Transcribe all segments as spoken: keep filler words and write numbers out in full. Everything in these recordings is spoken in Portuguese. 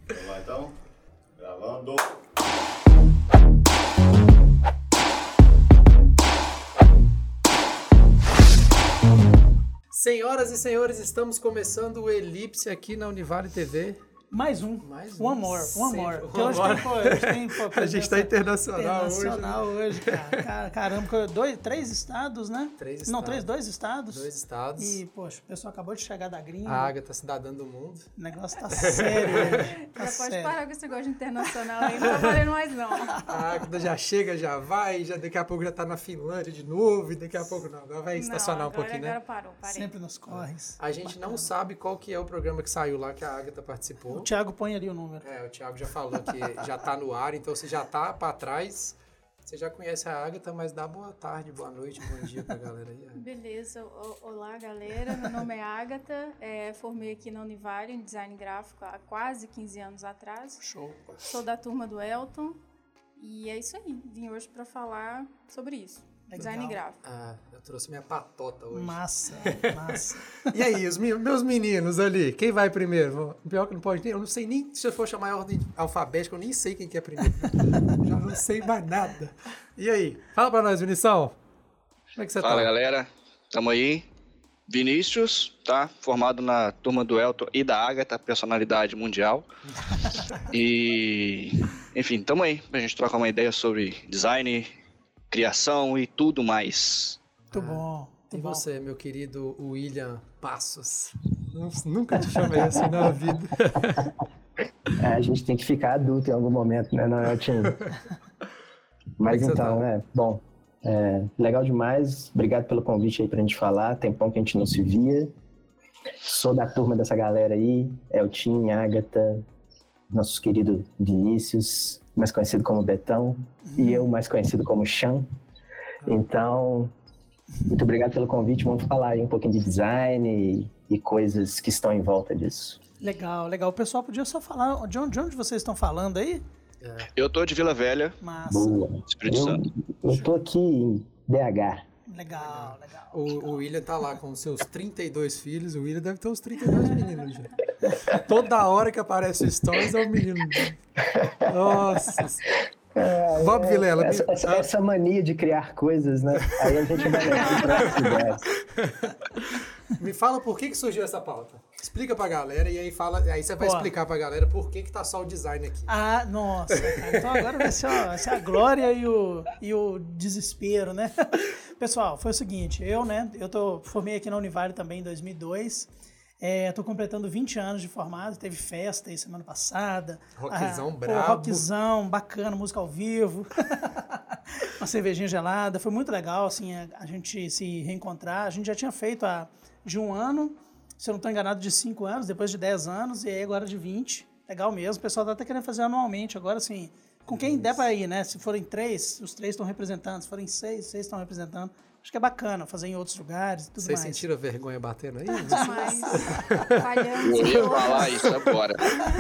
Vamos lá então? Gravando. Senhoras e senhores, estamos começando o Elipse aqui na Univale T V. Mais um. Mais um. One more, one more. Porque hoje tem, pô, hoje tem pô, a gente está internacional, internacional hoje. hoje, cara. Caramba, dois, três estados, né? Três Não, estados. três, dois estados. Dois estados. E, poxa, o pessoal acabou de chegar da gringa. A Agatha, cidadã do mundo. O negócio tá sério, né? Tá já sério. pode parar com esse negócio de internacional aí, não tá valendo mais não. A Agatha já chega, já vai, já daqui a pouco já tá na Finlândia de novo, e daqui a pouco não, ela vai estacionar não, um pouquinho, agora né? Parou, parei. Sempre nos corres. A gente Bacana. não sabe qual que é o programa que saiu lá que a Agatha participou. O Thiago põe ali o número. É, o Thiago já falou que já tá no ar, então você já tá pra trás. Você já conhece a Agatha, mas dá boa tarde, boa noite, bom dia pra galera aí. Beleza, o, olá galera, meu nome é Agatha, é, formei aqui na Univale em design gráfico há quase quinze anos atrás. Show. Sou da turma do Elton e é isso aí, vim hoje pra falar sobre isso, Legal. design gráfico. Ah, eu trouxe minha patota hoje. Massa, massa. E aí, os meus, meus meninos ali, quem vai primeiro? Pior que não pode nem, eu não sei nem, se eu for chamar a ordem alfabética, eu nem sei quem que é primeiro. Já não sei mais nada. E aí, fala pra nós, Vinição. Como é que você Fala, tá? galera. Tamo aí. Vinícius, tá? Formado na turma do Elton e da Agatha, personalidade mundial. E, enfim, tamo aí pra gente trocar uma ideia sobre design, criação e tudo mais. Muito bom. E Muito bom. você, meu querido William Passos? Nunca te chamei assim na vida. É, a gente tem que ficar adulto em algum momento, né? Não é o time. Mas Como é que então, você tá? é, bom, é, legal demais. Obrigado pelo convite aí pra gente falar. Tempão que a gente não se via. Sou da turma dessa galera aí. Eltim, Agatha, nosso querido Vinícius, mais conhecido como Betão, e eu mais conhecido como Chan. Então, muito obrigado pelo convite. Vamos falar aí um pouquinho de design e, e coisas que estão em volta disso. Legal, legal. O pessoal podia só falar de onde, de onde vocês estão falando aí? Eu tô de Vila Velha, Massa. Boa. Espírito Eu, Santo. eu tô aqui em B H. Legal, legal. O, o William tá lá com seus trinta e dois filhos. O William deve ter uns trinta e dois meninos já. Toda hora que aparece o Stories é o menino. Nossa. É, Bob Vilela. Essa, essa, essa mania de criar coisas, né? Aí a gente vai levar para outras ideias. Me fala por que, que surgiu essa pauta. Explica pra galera e aí fala, aí você vai Ó. explicar pra galera por que, que tá só o design aqui. Ah, nossa, cara. Então agora vai ser, ó, vai ser a glória e o, e o desespero, né? Pessoal, foi o seguinte, eu, né, eu tô, formei aqui na Univale também em dois mil e dois, é, tô completando vinte anos de formado, teve festa aí semana passada. Rockzão ah, pô, brabo. Rockzão, bacana, música ao vivo, uma cervejinha gelada, foi muito legal, assim, a, a gente se reencontrar, a gente já tinha feito há de um ano, se eu não estou enganado, de cinco anos, depois de dez anos, e aí agora de vinte. Legal mesmo. O pessoal tá até querendo fazer anualmente. Agora, assim, com quem der para ir, né? Se forem três, os três estão representando. Se forem seis, seis estão representando. Acho que é bacana fazer em outros lugares e tudo Vocês mais. sentiram a vergonha batendo aí? Mas Eu falhamos ia em falar todas. isso agora.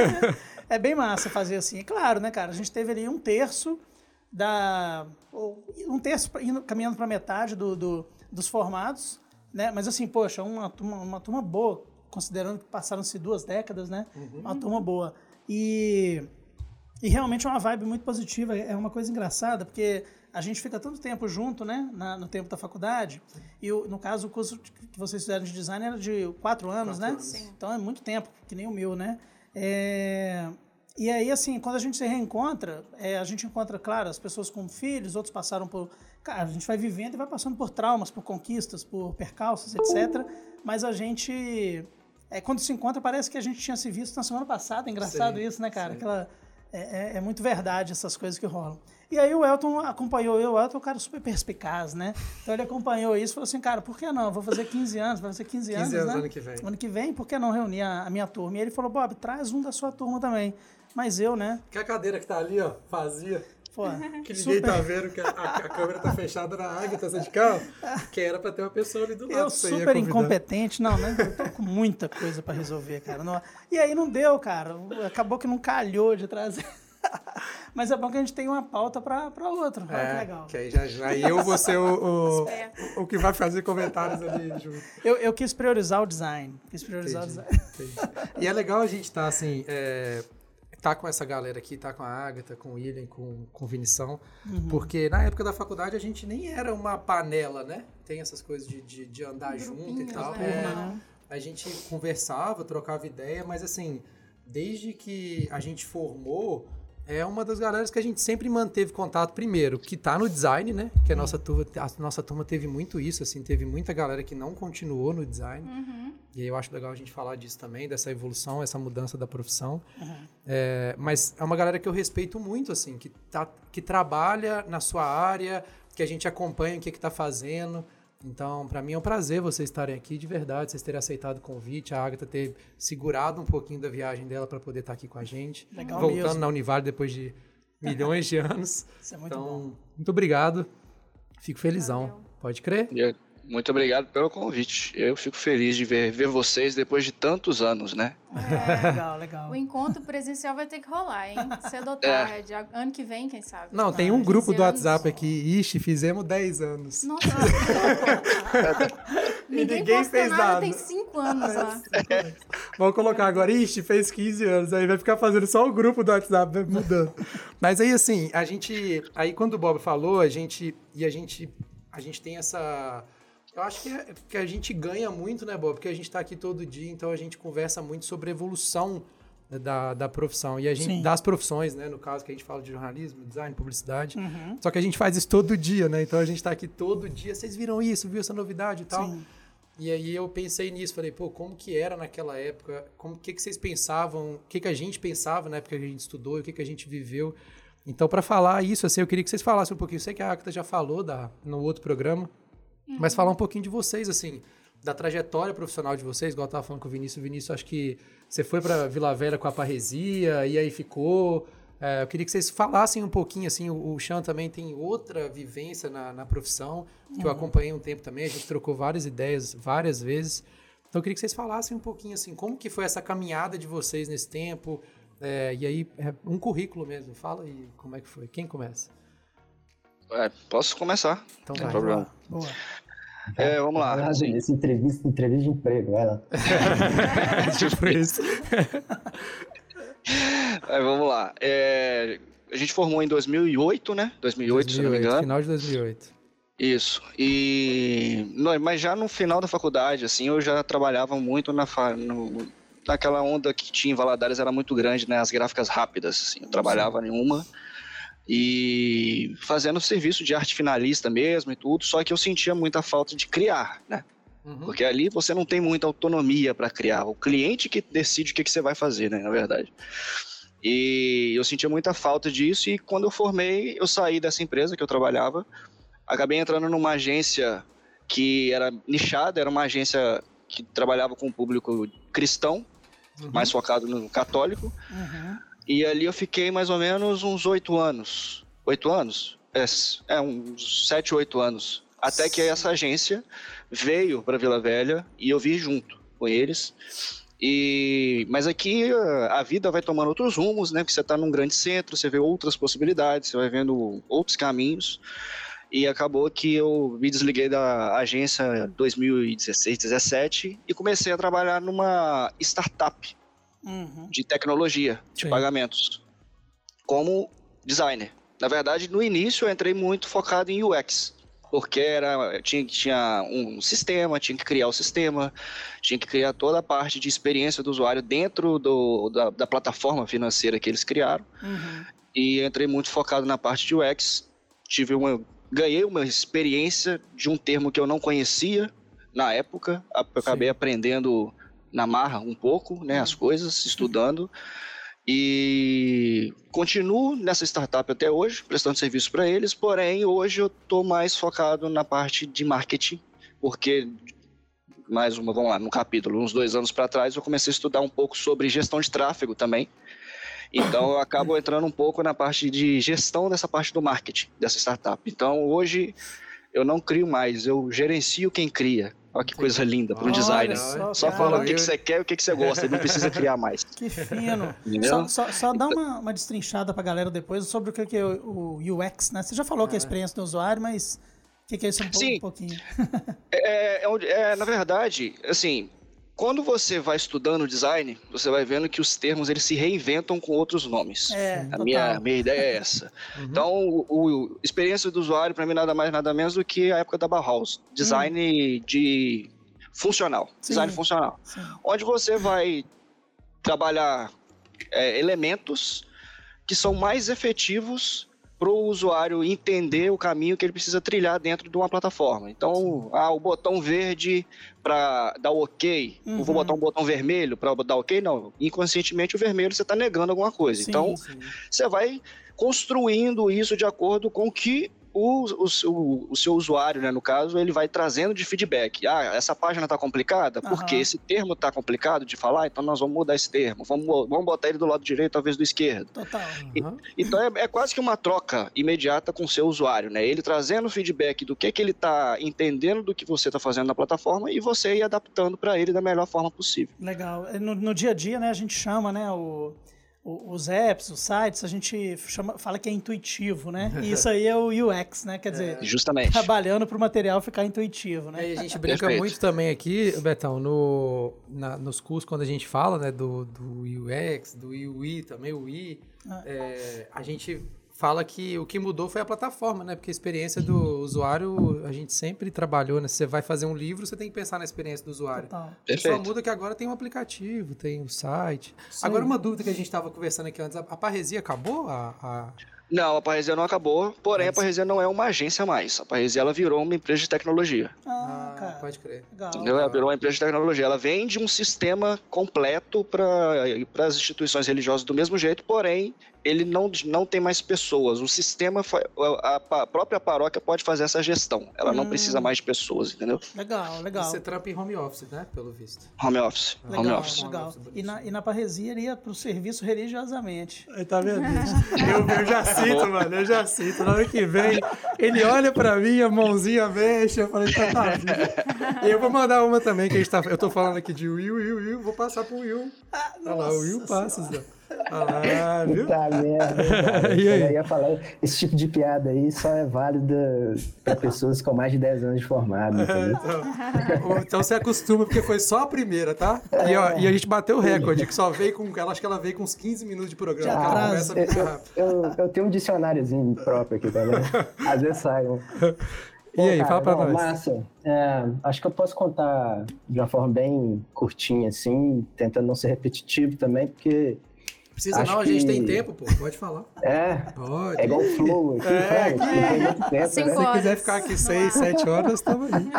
É bem massa fazer assim. É claro, né, cara? A gente teve ali um terço da... ou um terço indo, caminhando para metade do, do, dos formados, né? Mas assim, poxa, uma turma, uma turma boa, considerando que passaram-se duas décadas, né? Uhum. Uma turma boa. E, e realmente é uma vibe muito positiva, é uma coisa engraçada, porque a gente fica tanto tempo junto, né? Na, no tempo da faculdade. E o, no caso, o curso que vocês fizeram de design era de quatro anos, Quatro né? anos. Sim. Então é muito tempo, que nem o meu, né? É... E aí, assim, quando a gente se reencontra, é, a gente encontra, claro, as pessoas com filhos, outros passaram por... Cara, a gente vai vivendo e vai passando por traumas, por conquistas, por percalços, etcétera. Mas a gente... É, quando se encontra, parece que a gente tinha se visto na semana passada. É engraçado Sim, isso, né, cara? sim. Aquela, é, é, é muito verdade essas coisas que rolam. E aí o Elton acompanhou eu, o Elton é um cara super perspicaz, né? Então ele acompanhou isso e falou assim, cara, por que não? Eu vou fazer quinze anos, vai fazer quinze anos, quinze anos né? ano que vem. Ano que vem, por que não reunir a, a minha turma? E ele falou, Bob, traz um da sua turma também. Mas eu, né? Que a cadeira que tá ali, ó, vazia, Pô, que ninguém super... tá vendo, que a, a, a câmera tá fechada na Agatha, essa de cá, que era pra ter uma pessoa ali do lado. Eu que você ia super convidar. incompetente, não, né? Eu tô com muita coisa pra resolver, cara. Não- E aí não deu, cara. Acabou que não calhou de trazer. Mas é bom que a gente tem uma pauta pra, pra outra. Olha que É, legal. que aí já, já eu vou ser o, Esperto. o, o que vai fazer comentários ali junto. Eu, eu quis priorizar o design. Quis priorizar Entendi, o design. entendi. E é legal a gente estar assim, é, tá com essa galera aqui, tá com a Agatha, com o William, com, com o Vinição, uhum. porque na época da faculdade a gente nem era uma panela, né? Tem essas coisas de, de, de andar junto e tal. Né? É, a gente conversava, trocava ideia, mas assim, desde que a gente formou, é uma das galeras que a gente sempre manteve contato primeiro, que tá no design, né? Que a nossa turma, a nossa turma teve muito isso, assim, teve muita galera que não continuou no design. Uhum. E aí eu acho legal a gente falar disso também, dessa evolução, essa mudança da profissão. Uhum. É, mas é uma galera que eu respeito muito, assim, que, tá, que trabalha na sua área, que a gente acompanha o que que tá fazendo. Então, para mim é um prazer vocês estarem aqui, de verdade, vocês terem aceitado o convite, a Agatha ter segurado um pouquinho da viagem dela para poder estar aqui com a gente. Legal Voltando mesmo. na Univale depois de milhões de anos. Isso é muito então, bom. muito obrigado. Fico felizão. Valeu. Pode crer? Yeah. Muito obrigado pelo convite. Eu fico feliz de ver, ver vocês depois de tantos anos, né? É, Legal, legal. o encontro presencial vai ter que rolar, hein? Cedo ou tarde. Ano que vem, quem sabe? Não, tem um grupo do WhatsApp aqui. Ixi, fizemos dez anos. Nossa, ninguém, ninguém posta fez nada, nada. tem cinco anos lá. Vamos colocar agora, ixi, fez quinze anos. Aí vai ficar fazendo só o grupo do WhatsApp, vai mudando. Mas aí, assim, a gente... Aí, quando o Bob falou, a gente... E a gente... A gente tem essa... Eu acho que, é, que a gente ganha muito, né, Bob? Porque a gente está aqui todo dia, então a gente conversa muito sobre a evolução da, da profissão. E a gente, Sim. das profissões, né? No caso que a gente fala de jornalismo, design, publicidade. Uhum. Só que a gente faz isso todo dia, né? Então a gente está aqui todo dia. Vocês viram isso? Viu essa novidade e tal? Sim. E aí eu pensei nisso. Falei, pô, como que era naquela época? O que, que vocês pensavam? O que, que a gente pensava na época que a gente estudou? O que, que a gente viveu? Então, para falar isso, assim, eu queria que vocês falassem um pouquinho. Eu sei que a Agatha já falou da, no outro programa. Mas falar um pouquinho de vocês, assim, da trajetória profissional de vocês, igual eu estava falando com o Vinícius. O Vinícius, acho que você foi para Vila Velha com a parresia e aí ficou. É, eu queria que vocês falassem um pouquinho, assim, o, o Chan também tem outra vivência na, na profissão, que eu acompanhei um tempo também, a gente trocou várias ideias várias vezes. Então eu queria que vocês falassem um pouquinho, assim, como que foi essa caminhada de vocês nesse tempo, é, e aí, é um currículo mesmo. Fala aí como é que foi. Quem começa? É, posso começar? Então Não vai. tem problema. Boa. É, vamos lá. Ah, gente, essa entrevista, entrevista de emprego, vai lá. Tipo isso. É, vamos lá. É, a gente formou em dois mil e oito, né? dois mil e oito, se não me engano. Final de dois mil e oito. Isso. E, não, mas já no final da faculdade, assim, eu já trabalhava muito na, fa- no, naquela onda que tinha em Valadares, era muito grande, né? As gráficas rápidas, assim. Eu trabalhava em uma e fazendo serviço de arte finalista mesmo e tudo, só que eu sentia muita falta de criar, né? Uhum. Porque ali você não tem muita autonomia para criar. O cliente que decide o que, que você vai fazer, né? Na verdade. E eu sentia muita falta disso, e quando eu formei, eu saí dessa empresa que eu trabalhava, acabei entrando numa agência que era nichada, era uma agência que trabalhava com o público cristão, Uhum. mais focado no católico, Uhum. e ali eu fiquei mais ou menos uns oito anos. Oito anos? É, é uns sete, oito anos. Até que essa agência veio para Vila Velha e eu vim junto com eles. E, mas aqui a vida vai tomando outros rumos, né? Porque você está num grande centro, você vê outras possibilidades, você vai vendo outros caminhos. E acabou que eu me desliguei da agência em dois mil e dezesseis, dezessete e comecei a trabalhar numa startup Uhum. de tecnologia, de Sim. pagamentos, como designer. Na verdade, no início eu entrei muito focado em U X, porque era, tinha, tinha um sistema, tinha que criar o sistema, tinha que criar toda a parte de experiência do usuário dentro do, da, da plataforma financeira que eles criaram. Uhum. E entrei muito focado na parte de U X. Tive uma, ganhei uma experiência de um termo que eu não conhecia na época. Eu acabei Sim. aprendendo na marra um pouco, né, as coisas, estudando. E continuo nessa startup até hoje, prestando serviço para eles, porém hoje eu estou mais focado na parte de marketing, porque, mais uma, vamos lá, no capítulo, uns dois anos para trás, eu comecei a estudar um pouco sobre gestão de tráfego também. Então eu acabo entrando um pouco na parte de gestão dessa parte do marketing, dessa startup. Então hoje eu não crio mais, eu gerencio quem cria. Olha que coisa linda para um Olha designer. só, Só cara. fala o que, que você quer e o que, que você gosta, não precisa criar mais. Que fino. Entendeu? Só, só, só dá uma, uma destrinchada pra galera depois sobre o que que é o, o U X, né? Você já falou que é a experiência do usuário, mas o que, que é isso um, pouco, Sim. um pouquinho? É, é, onde- é, na verdade, assim, quando você vai estudando design, você vai vendo que os termos eles se reinventam com outros nomes. É, a minha, minha ideia é essa. Uhum. Então, o, o experiência do usuário, para mim, nada mais, nada menos do que a época da Bauhaus. Design hum. de funcional. Sim. Design funcional. Sim. Onde você vai trabalhar é, elementos que são mais efetivos para o usuário entender o caminho que ele precisa trilhar dentro de uma plataforma. Então, ah, o botão verde para dar o ok, uhum. eu vou botar um botão vermelho para dar ok? Não, inconscientemente o vermelho você está negando alguma coisa. Sim, então, sim. você vai construindo isso de acordo com o que o, o, o seu usuário, né, no caso, ele vai trazendo de feedback. Ah, essa página está complicada? Porque uhum. esse termo está complicado de falar, então nós vamos mudar esse termo. Vamos, vamos botar ele do lado direito, talvez do esquerdo. Total. Uhum. E, então é, é quase que uma troca imediata com o seu usuário, né? Ele trazendo feedback do que, que ele está entendendo do que você está fazendo na plataforma e você ir adaptando para ele da melhor forma possível. Legal. No, no dia a dia, né, a gente chama, né, o... os apps, os sites, a gente chama, fala que é intuitivo, né? E isso aí é o U X, né? Quer dizer, é, justamente. trabalhando para o material ficar intuitivo, né? É, e a gente brinca Perfeito. muito também aqui, Betão, no, na, nos cursos, quando a gente fala, né, do, do U X, do U I também, o U I, ah. é, a gente fala que o que mudou foi a plataforma, né? Porque a experiência do usuário, a gente sempre trabalhou, né? Se você vai fazer um livro, você tem que pensar na experiência do usuário. Só muda que agora tem um aplicativo, tem o um site. Sim. Agora, uma dúvida que a gente estava conversando aqui antes, a Parresia acabou? A, a... Não, a Parresia não acabou, porém Mas... a Parresia não é uma agência mais. A Parresia, ela virou uma empresa de tecnologia. Ah, cara. Pode crer. Legal. Entendeu? Ela virou uma empresa de tecnologia. Ela vende um sistema completo para as instituições religiosas do mesmo jeito, porém, ele não, não tem mais pessoas. O sistema, a, a própria paróquia pode fazer essa gestão. Ela hum. não precisa mais de pessoas, entendeu? Legal, legal. Você trampa em home office, né? Pelo visto. Home office. Legal, home office. legal. E na, e na Parresia ele ia pro serviço religiosamente. Aí tá vendo isso? Eu, eu já cito, mano. Eu já cito. Na hora que vem, ele olha pra mim, a mãozinha mexe. Eu falei, tá, tá. E eu vou mandar uma também, que a gente tá... Eu tô falando aqui de Will, Will, Will. Vou passar pro Will. Ah, olha lá, o Will passa, Zé. Ah, viu? Puta merda. E aí? Eu ia falar, esse tipo de piada aí só é válida para pessoas com mais de dez anos de formado. Então, então você acostuma, porque foi só a primeira, tá? E, ó, e a gente bateu o recorde, que só veio com. Ela, acho que ela veio com uns quinze minutos de programa. Ah, começa eu, eu, eu, eu tenho um dicionáriozinho próprio aqui, tá vendo? Às vezes sai um. Pô, e aí, cara, fala pra bom, nós. Massa. É, acho que eu posso contar de uma forma bem curtinha, assim, tentando não ser repetitivo também, porque. Precisa Acho não, a gente que... tem tempo, pô. Pode falar. É? Pode. É igual o Flow aqui, é, cara. É. Tem muito tempo, né? Se você quiser ficar aqui seis, sete horas, estamos ali.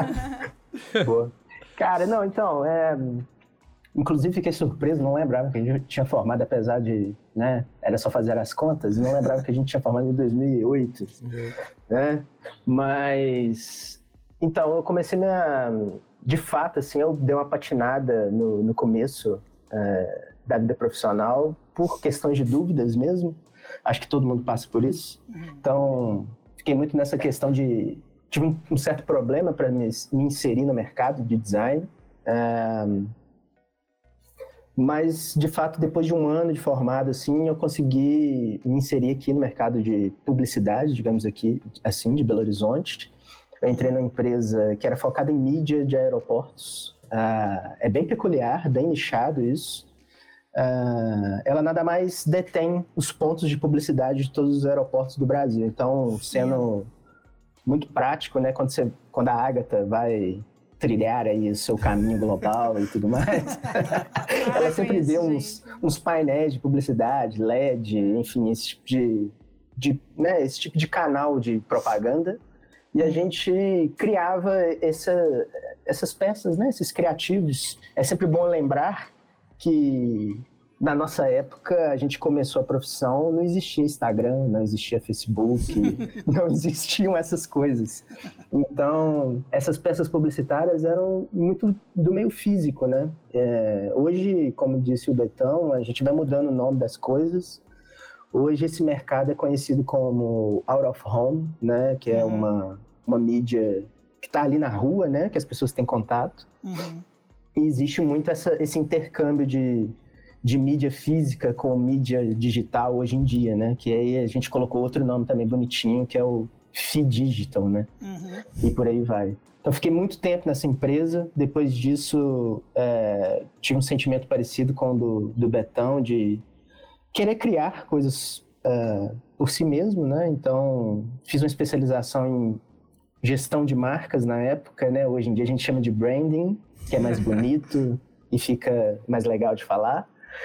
Pô. Cara, não, então, é... Inclusive fiquei surpreso, não lembrava que a gente tinha formado, apesar de, né, era só fazer as contas, não lembrava que a gente tinha formado em dois mil e oito, uhum. né? Mas... Então, eu comecei minha... De fato, assim, eu dei uma patinada no, no começo... É... da vida profissional, por questões de dúvidas mesmo. Acho que todo mundo passa por isso. Então, fiquei muito nessa questão de... Tive um, um certo problema para me, me inserir no mercado de design. Um, mas, de fato, depois de um ano de formado, assim, eu consegui me inserir aqui no mercado de publicidade, digamos aqui, assim, de Belo Horizonte. Eu entrei numa empresa que era focada em mídia de aeroportos. Uh, é bem peculiar, bem nichado isso. Uh, ela nada mais detém os pontos de publicidade de todos os aeroportos do Brasil. Então, sendo muito prático, né, quando, você, quando a Ágata vai trilhar aí o seu caminho global e tudo mais, ela ah, sempre vê uns, uns painéis de publicidade, L E D, enfim, esse tipo de, de, né, esse tipo de canal de propaganda. E a gente criava essa, essas peças, né, esses criativos. É sempre bom lembrar que na nossa época a gente começou a profissão, não existia Instagram, não existia Facebook, não existiam essas coisas. Então, essas peças publicitárias eram muito do meio físico, né? É, hoje, como disse o Betão, a gente vai mudando o nome das coisas. Hoje esse mercado é conhecido como out of home, né? Que é uma, uma mídia que está ali na rua, né? Que as pessoas têm contato. Uhum. E existe muito essa, esse intercâmbio de, de mídia física com mídia digital hoje em dia, né? Que aí a gente colocou outro nome também bonitinho, que é o Fi Digital, né? Uhum. E por aí vai. Então, fiquei muito tempo nessa empresa. Depois disso, é, tive um sentimento parecido com o do, do Betão, de querer criar coisas é, por si mesmo, né? Então, fiz uma especialização em gestão de marcas na época, né? Hoje em dia a gente chama de branding, que é mais bonito e fica mais legal de falar.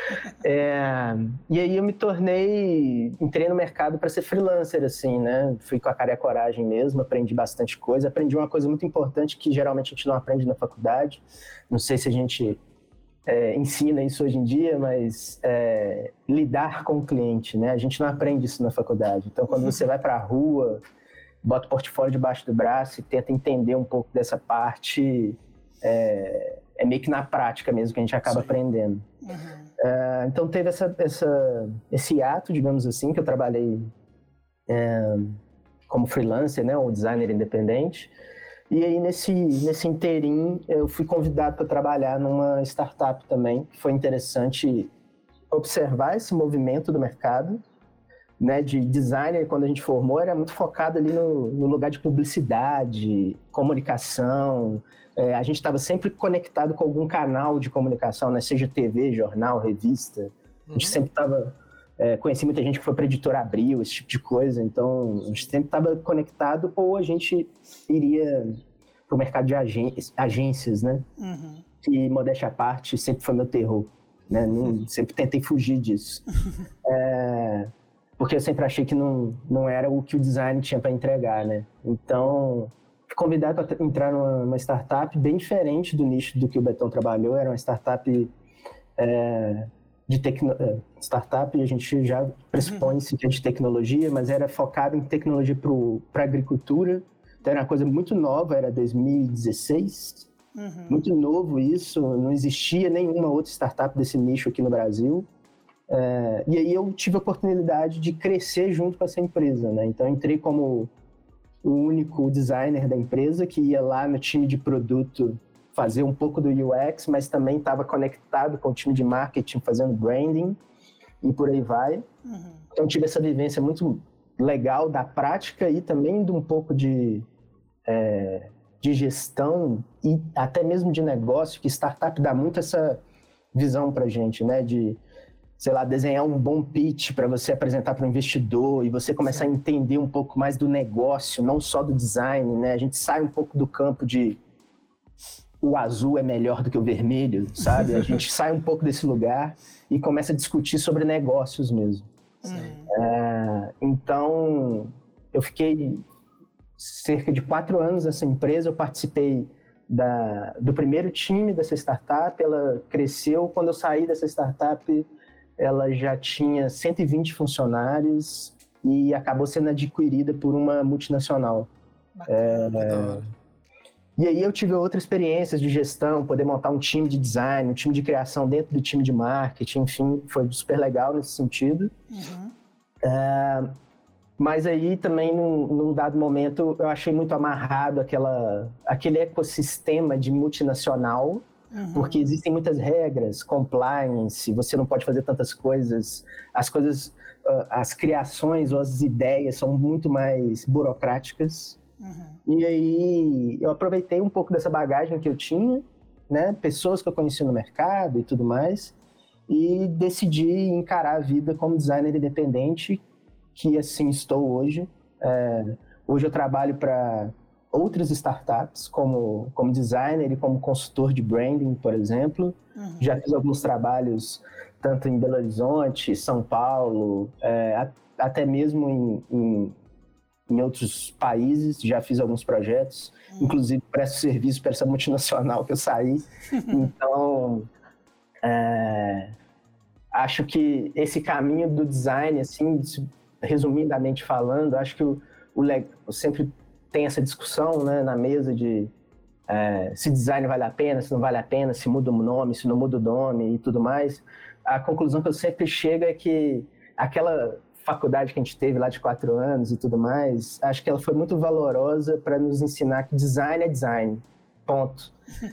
É, e aí eu me tornei, entrei no mercado para ser freelancer, assim, né? Fui com a cara e a coragem mesmo, aprendi bastante coisa. Aprendi uma coisa muito importante que geralmente a gente não aprende na faculdade. Não sei se a gente é, ensina isso hoje em dia, mas é, lidar com o cliente, né? A gente não aprende isso na faculdade. Então, quando você vai para a rua, bota o portfólio debaixo do braço e tenta entender um pouco dessa parte, é, é meio que na prática mesmo que a gente acaba Sim. aprendendo. Uhum. Uh, então teve essa, essa, esse ato, digamos assim, que eu trabalhei é, como freelancer, né, um designer independente, e aí nesse, nesse inteirinho eu fui convidado para trabalhar numa startup também, que foi interessante observar esse movimento do mercado, né, de designer. Quando a gente formou, era muito focado ali no, no lugar de publicidade, comunicação. É, a gente estava sempre conectado com algum canal de comunicação, né, seja T V, jornal, revista. A gente uhum. sempre estava... É, conheci muita gente que foi para a Editora Abril, esse tipo de coisa. Então, a gente sempre estava conectado, ou a gente iria para o mercado de agências, agências, né? Uhum. Que, modéstia à parte, sempre foi meu terror, né? Não, sempre tentei fugir disso. É... Porque eu sempre achei que não, não era o que o design tinha para entregar, né? Então, fui convidado para entrar numa, numa startup bem diferente do nicho do que o Betão trabalhou. Era uma startup é, de tecno... startup, a gente já pressupõe-se que é de tecnologia, mas era focado em tecnologia para a agricultura. Então, era uma coisa muito nova, era dois mil e dezesseis. Uhum. Muito novo isso, não existia nenhuma outra startup desse nicho aqui no Brasil. É, e aí eu tive a oportunidade de crescer junto com essa empresa, né? Então, entrei como o único designer da empresa que ia lá no time de produto fazer um pouco do U X, mas também estava conectado com o time de marketing, fazendo branding e por aí vai. Uhum. Então, tive essa vivência muito legal da prática e também de um pouco de, é, de gestão e até mesmo de negócio, que startup dá muito essa visão pra gente, né? De, sei lá, desenhar um bom pitch para você apresentar para o investidor e você começar Sim. a entender um pouco mais do negócio, não só do design, né? A gente sai um pouco do campo de o azul é melhor do que o vermelho, sabe? A gente sai um pouco desse lugar e começa a discutir sobre negócios mesmo. É, então, eu fiquei cerca de quatro anos nessa empresa. Eu participei da, do primeiro time dessa startup. Ela cresceu. Quando eu saí dessa startup, ela já tinha cento e vinte funcionários e acabou sendo adquirida por uma multinacional. É, e aí eu tive outras experiências de gestão, poder montar um time de design, um time de criação dentro do time de marketing, enfim, foi super legal nesse sentido. Uhum. É, mas aí também, num, num dado momento, eu achei muito amarrado aquela, aquele ecossistema de multinacional, uhum. porque existem muitas regras, compliance, você não pode fazer tantas coisas, as coisas, as criações ou as ideias são muito mais burocráticas. Uhum. E aí eu aproveitei um pouco dessa bagagem que eu tinha, né, pessoas que eu conheci no mercado e tudo mais, e decidi encarar a vida como designer independente, que assim estou hoje. É, hoje eu trabalho para outras startups como, como designer e como consultor de branding, por exemplo. Uhum. Já fiz alguns trabalhos tanto em Belo Horizonte, São Paulo, é, até mesmo em, em em outros países, já fiz alguns projetos, hum. inclusive presto serviço para essa multinacional que eu saí. Então, é, acho que esse caminho do design, assim, resumidamente falando, acho que o, o, o sempre tem essa discussão, né, na mesa de é, se design vale a pena, se não vale a pena, se muda o nome, se não muda o nome e tudo mais. A conclusão que eu sempre chego é que aquela faculdade que a gente teve lá de quatro anos e tudo mais, acho que ela foi muito valorosa para nos ensinar que design é design, ponto.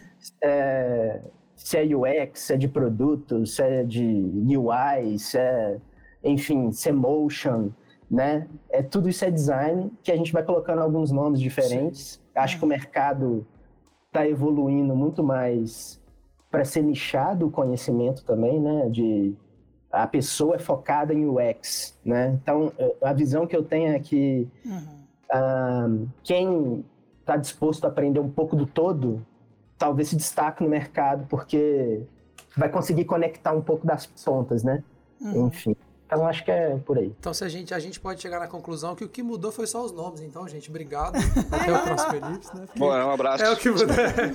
É, se é U X, se é de produto, se é de U I, se é, enfim, se é motion, né? É, tudo isso é design, que a gente vai colocando alguns nomes diferentes. Sim. Acho que o mercado está evoluindo muito mais para ser nichado o conhecimento também, né? De, a pessoa é focada em U X, né? Então, a visão que eu tenho é que uhum. ah, quem está disposto a aprender um pouco do todo, talvez se destaque no mercado, porque vai conseguir conectar um pouco das pontas, né? Uhum. Enfim. Então, acho que é por aí. Então, se a, gente, a gente pode chegar na conclusão que o que mudou foi só os nomes. Então, gente, obrigado. Até o próximo Elipse, né? Bom, é um abraço. É o que mudou.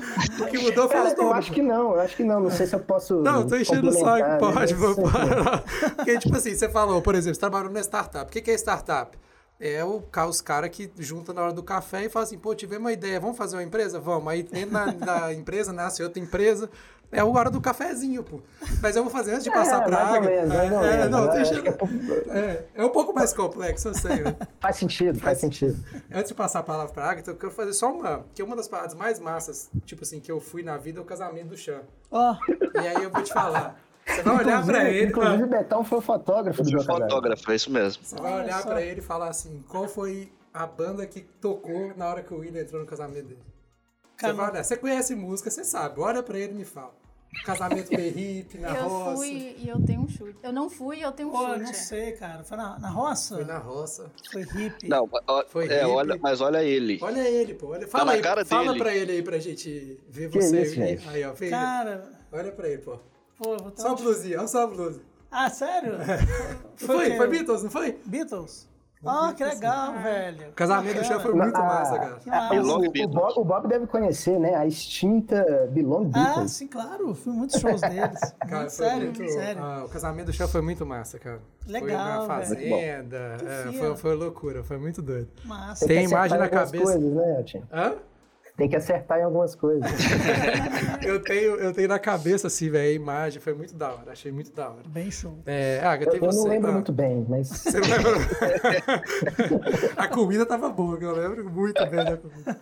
O que mudou foi os nomes. Eu acho que não, eu acho que não. Não sei se eu posso. Não, tô enchendo o saco. Pode, né? vou parar. Porque, tipo assim, você falou, por exemplo, você trabalhou na startup. O que, que é startup? É o, os caras que juntam na hora do café e falam assim, pô, tivemos uma ideia, vamos fazer uma empresa? Vamos. Aí dentro da, da empresa nasce outra empresa. É o hora do cafezinho, pô. Mas eu vou fazer antes de passar é, pra água. É, é, não, deixa... é, é um pouco mais complexo, eu sei. Né? Faz sentido, faz sentido. Antes de passar a palavra pra água, então eu quero fazer só uma... Que uma das paradas mais massas, tipo assim, que eu fui na vida é o casamento do Chan. Ó. Oh. E aí eu vou te falar. Você vai olhar pra ele... Inclusive, o Betão foi o fotógrafo do meu casamento. Fotógrafo, é isso mesmo. Você vai olhar pra ele e falar assim, qual foi a banda que tocou na hora que o William entrou no casamento dele? Você, vai olhar, você conhece música, você sabe. Olha pra ele e me fala. Casamento Berripe, na eu roça. Eu fui e eu tenho um chute. Eu não fui e eu tenho um Pô, chute. Não sei, cara. Foi na, na roça? Foi na roça. Foi hippie. Não, ó, Foi é, hippie. olha, mas olha ele. Olha ele, pô. Olha, fala tá aí, na cara fala dele. pra ele aí pra gente ver que você. Isso, gente? Aí, ó. Vê cara... ele. Olha pra ele, pô. Pô, vou só a blusinha, olha só a blusa. Ah, sério? Foi, foi, foi Beatles, não foi? Beatles? Ah, oh, que legal, ah. velho. O casamento do Chan foi muito ah, massa, cara. Ah, o, o, Bob, o Bob deve conhecer, né? A extinta Belong Beatles. Ah, sim, claro. Fui muitos shows deles. Cara, muito sério, muito, sério. Ah, o casamento do Chan foi muito massa, cara. Legal, foi na fazenda. É, foi, foi loucura, foi muito doido. Massa. Tem, Tem imagem na cabeça. Coisas, né, Elton? Hã? Tem que acertar em algumas coisas. eu, tenho, eu tenho na cabeça, assim, velho, a imagem. Foi muito da hora. Achei muito da hora. Bem show. É, ah, eu, eu você, não lembro ah, muito bem, mas... Você não lembra? A comida tava boa, que eu lembro muito bem da comida.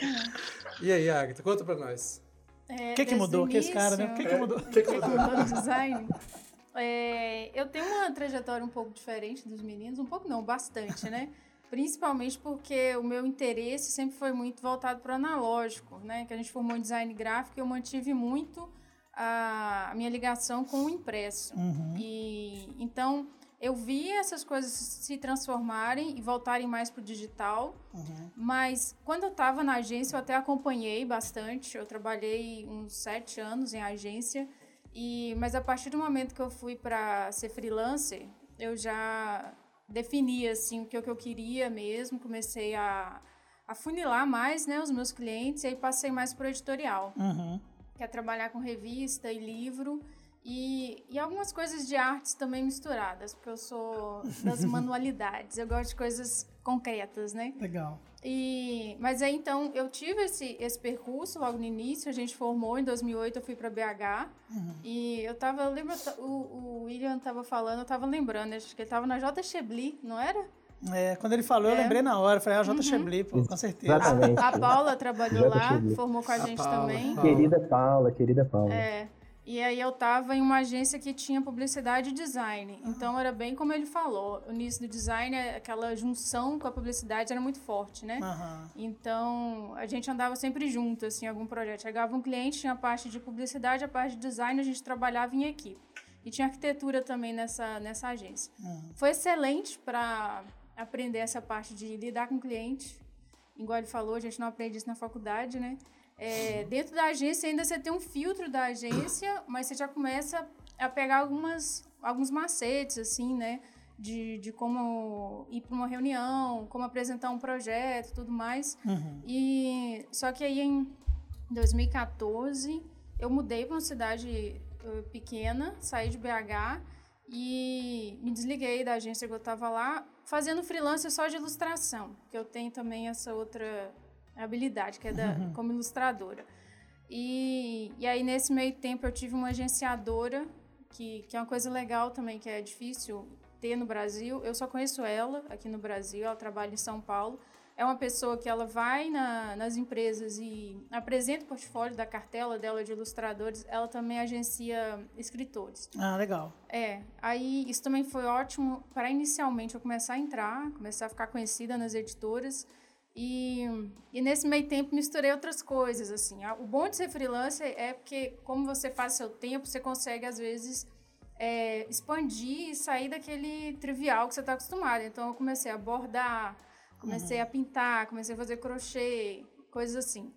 E aí, Agatha, conta pra nós. O é, que que mudou? O que esse cara, né? O que que mudou? O que que mudou no design? É, eu tenho uma trajetória um pouco diferente dos meninos. Um pouco não, bastante, né? Principalmente porque o meu interesse sempre foi muito voltado para o analógico, né? Que a gente formou em design gráfico e eu mantive muito a, a minha ligação com o impresso. Uhum. E, então, eu vi essas coisas se transformarem e voltarem mais para o digital. Uhum. Mas, quando eu estava na agência, eu até acompanhei bastante. Eu trabalhei uns sete anos em agência. E, mas, a partir do momento que eu fui para ser freelancer, eu já... defini assim, o que eu queria mesmo, comecei a, a funilar mais, né, os meus clientes, e aí passei mais para o editorial, uhum. que é trabalhar com revista e livro, e, e algumas coisas de artes também misturadas, porque eu sou das manualidades, eu gosto de coisas concretas, né? Legal. E, mas aí, então, eu tive esse, esse percurso logo no início, a gente formou, em dois mil e oito eu fui para B H, uhum. e eu tava, eu lembro, o, o William tava falando, eu tava lembrando, acho que ele tava na J. Chebli, não era? É, quando ele falou, é. eu lembrei na hora, falei, ah, J. Uhum. Chebli, pô, com certeza. Exatamente. A, a Paula trabalhou J. lá, Chebli. formou com a, a gente Paula, também. Paula. Querida Paula, querida Paula. É. E aí eu estava em uma agência que tinha publicidade e design. Então era bem como ele falou. O início do design, aquela junção com a publicidade era muito forte, né? Uhum. Então a gente andava sempre junto, assim, em algum projeto. Chegava um cliente, tinha a parte de publicidade, a parte de design, a gente trabalhava em equipe. E tinha arquitetura também nessa, nessa agência. Uhum. Foi excelente para aprender essa parte de lidar com o cliente. Igual ele falou, a gente não aprende isso na faculdade, né? É, dentro da agência ainda você tem um filtro da agência, mas você já começa a pegar algumas, alguns macetes, assim, né? De, de como ir para uma reunião, como apresentar um projeto e tudo mais. Uhum. E, só que aí em dois mil e quatorze eu mudei para uma cidade uh, pequena, saí de B H e me desliguei da agência que eu estava lá, fazendo freelancer só de ilustração, que eu tenho também essa outra... habilidade, que é da, uhum. como ilustradora. E, e aí, nesse meio tempo, eu tive uma agenciadora, que, que é uma coisa legal também, que é difícil ter no Brasil. Eu só conheço ela aqui no Brasil, ela trabalha em São Paulo, é uma pessoa que ela vai na, nas empresas e apresenta o portfólio da cartela dela de ilustradores. Ela também agencia escritores. Ah, legal. É, aí isso também foi ótimo para inicialmente eu começar a entrar, começar a ficar conhecida nas editoras. E, e nesse meio tempo misturei outras coisas, assim. O bom de ser freelancer é porque, como você faz seu tempo, você consegue, às vezes, é, expandir e sair daquele trivial que você está acostumado. Então, eu comecei a bordar, comecei uhum. a pintar, comecei a fazer crochê, coisas assim.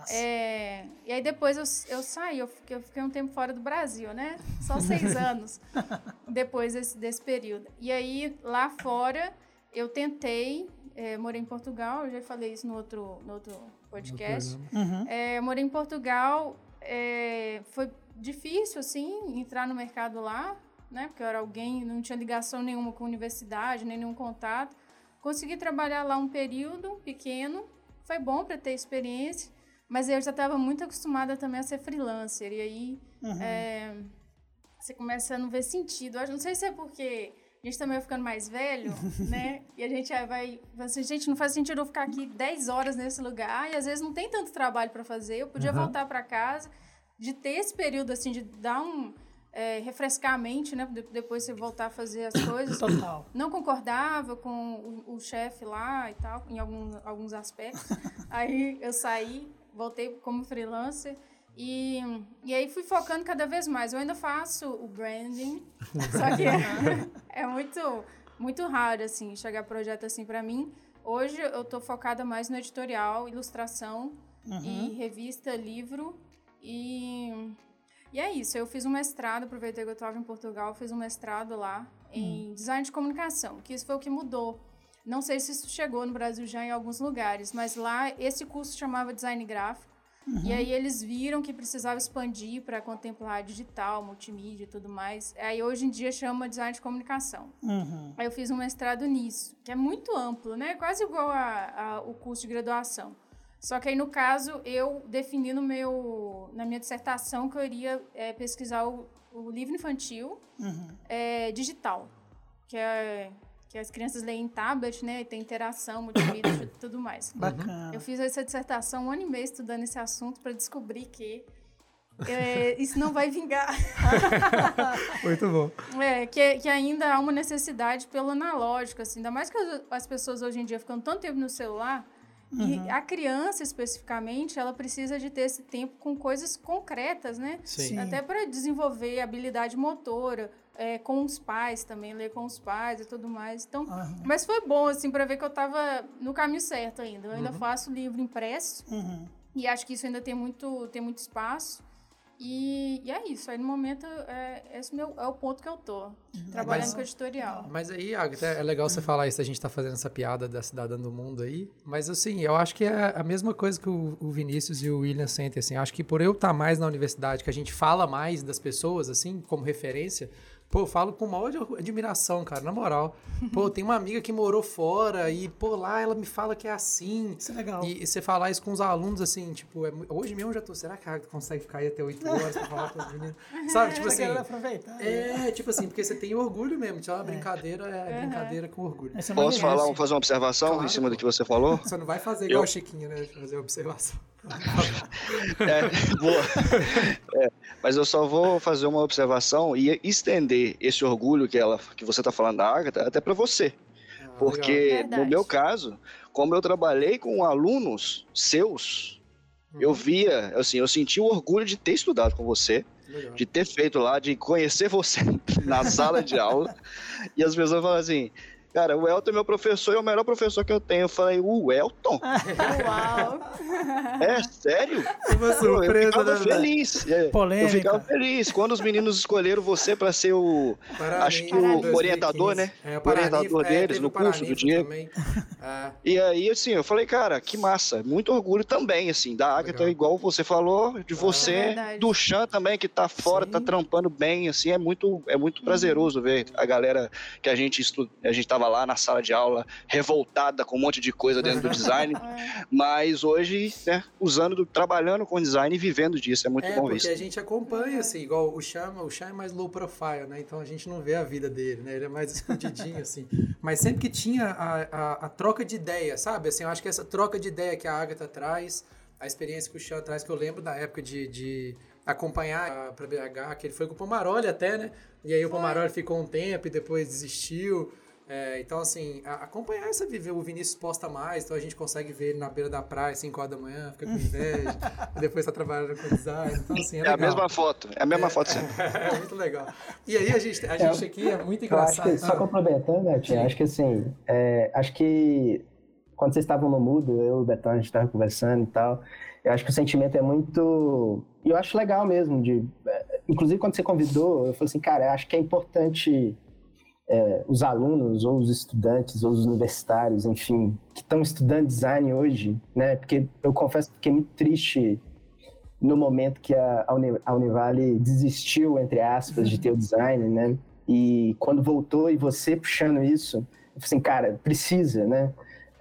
É, e aí depois eu, eu saí, eu fiquei, eu fiquei um tempo fora do Brasil, né? Só seis anos depois desse, desse período. E aí, lá fora, eu tentei... É, morei em Portugal, eu já falei isso no outro, no outro podcast. Uhum. É, morei em Portugal, é, foi difícil, assim, entrar no mercado lá, né? Porque eu era alguém, não tinha ligação nenhuma com a universidade, nem nenhum contato. Consegui trabalhar lá um período pequeno, foi bom para ter experiência, mas eu já estava muito acostumada também a ser freelancer. E aí, uhum. é, você começa a não ver sentido. Eu não sei se é porque... A gente também vai ficando mais velho, né? E a gente vai... Assim, gente, não faz sentido eu ficar aqui dez horas nesse lugar. E às vezes não tem tanto trabalho para fazer. Eu podia uhum. voltar para casa, de ter esse período, assim, de dar um... É, refrescar a mente, né? Depois você voltar a fazer as coisas. Total. Não concordava com o, o chefe lá e tal, em algum, alguns aspectos. Aí eu saí, voltei como freelancer. E, e aí fui focando cada vez mais. Eu ainda faço o branding, só que é, é muito, muito raro, assim, chegar a projeto assim para mim. Hoje eu tô focada mais no editorial, ilustração uhum. e revista, livro. E, e é isso, eu fiz um mestrado, aproveitei que eu estava em Portugal, fiz um mestrado lá em uhum. design de comunicação, que isso foi o que mudou. Não sei se isso chegou no Brasil já em alguns lugares, mas lá esse curso chamava design gráfico. Uhum. E aí eles viram que precisava expandir para contemplar digital, multimídia e tudo mais. Aí hoje em dia chama design de comunicação. Uhum. Aí eu fiz um mestrado nisso, que é muito amplo, né? Quase igual a, a, o curso de graduação. Só que aí, no caso, eu defini no meu, na minha dissertação que eu iria é, pesquisar o, o livro infantil uhum. é, digital, que é... que as crianças leem em tablet, né, e tem interação, multimídia e tudo mais. Bacana. Eu fiz essa dissertação um ano e meio estudando esse assunto para descobrir que é, isso não vai vingar. Muito bom. É, que, que ainda há uma necessidade pelo analógico, assim, ainda mais que as, as pessoas hoje em dia ficam tanto tempo no celular, uhum. e a criança, especificamente, ela precisa de ter esse tempo com coisas concretas, né? Sim. Até para desenvolver habilidade motora, É, com os pais também, ler com os pais e tudo mais. Então, uhum. mas foi bom, assim, para ver que eu estava no caminho certo ainda. Eu ainda uhum. faço livro impresso uhum. e acho que isso ainda tem muito, tem muito espaço. E, e é isso. Aí, no momento, é, esse meu, é o ponto que eu tô, trabalhando mas, com editorial. Mas aí, Agatha, é legal você falar isso, a gente tá fazendo essa piada da cidadã do mundo aí, mas assim, eu acho que é a mesma coisa que o, o Vinícius e o William sentem, assim, acho que por eu estar mais na universidade, que a gente fala mais das pessoas, assim, como referência, pô, eu falo com maior admiração, cara, na moral. Pô, tem uma amiga que morou fora e, pô, lá ela me fala que é assim. Isso é legal. E, e você falar isso com os alunos, assim, tipo, é, hoje mesmo eu já tô, será que a Agatha consegue ficar aí até oito horas pra falar com os meninos? Sabe, tipo assim... aproveitar. É, tipo assim, porque você tem orgulho mesmo, tipo, a brincadeira é, é brincadeira com orgulho. Essa Posso merece. falar, fazer uma observação Claro, em cima pô. do que você falou? Você não vai fazer igual Eu- a Chiquinha, né, de fazer observação. É, boa. É, mas eu só vou fazer uma observação e estender esse orgulho que, ela, que você está falando da Agatha até para você. Ah, Porque, legal. Verdade. no meu caso, como eu trabalhei com alunos seus, eu Uhum. via, assim, eu senti o orgulho de ter estudado com você, Legal. de ter feito lá, de conhecer você na sala de aula. E as pessoas falam assim, cara, o Elton é meu professor e é o melhor professor que eu tenho. Eu falei, o Elton? Uau! É, sério? Uma Eu surpresa, ficava né? feliz. é, Polêmica. Eu ficava feliz. Quando os meninos escolheram você para ser o, Paraninfo acho que o dois mil e orientador, quinze. né? É, o O orientador Paraninfo, é, deles teve no o curso do Paraninfo Diego. também. É. E aí, assim, eu falei, cara, que massa. Muito orgulho também, assim, da Agatha, Legal. igual você falou, de É você, verdade. do Chan também, que tá fora, Sim. tá trampando bem, assim, é muito, é muito prazeroso ver a galera que a gente estu... a gente tava lá na sala de aula, revoltada com um monte de coisa dentro do design, É. mas hoje, né, usando, do- trabalhando com design e vivendo disso, é muito É, bom porque isso. a gente acompanha, assim, igual o Chan, o Chan é mais low profile, né? Então a gente não vê a vida dele, né? Ele é mais escondidinho, assim. Mas sempre que tinha a, a, a troca troca de ideia, sabe? Assim, eu acho que essa troca de ideia que a Agatha traz, a experiência que o Chan traz, que eu lembro da época de, de acompanhar para B H, que ele foi com o Pomaroli até, né? E aí o Pomaroli ficou um tempo e depois desistiu. É, então, assim, a, acompanhar essa viver, o Vinícius posta mais, então a gente consegue ver ele na beira da praia, cinco horas da manhã, fica com inveja, e depois tá trabalhando com design, então assim, é, É legal. a mesma foto, é a mesma é, foto sempre. É, muito legal. E aí a gente, a gente aqui é muito Eu acho engraçado. que, só complementando, né, Tia, acho que assim, é, acho que quando vocês estavam no Mudo, eu e o Betão, a gente estava conversando e tal, eu acho que o sentimento é muito... E eu acho legal mesmo, de, inclusive quando você convidou, eu falei assim, cara, eu acho que é importante... É, os alunos, ou os estudantes, ou os universitários, enfim, que estão estudando design hoje, né? Porque eu confesso que fiquei muito triste no momento que a, a Univale desistiu, entre aspas, de ter o design, né? E quando voltou e você puxando isso, eu falei assim, cara, precisa, né?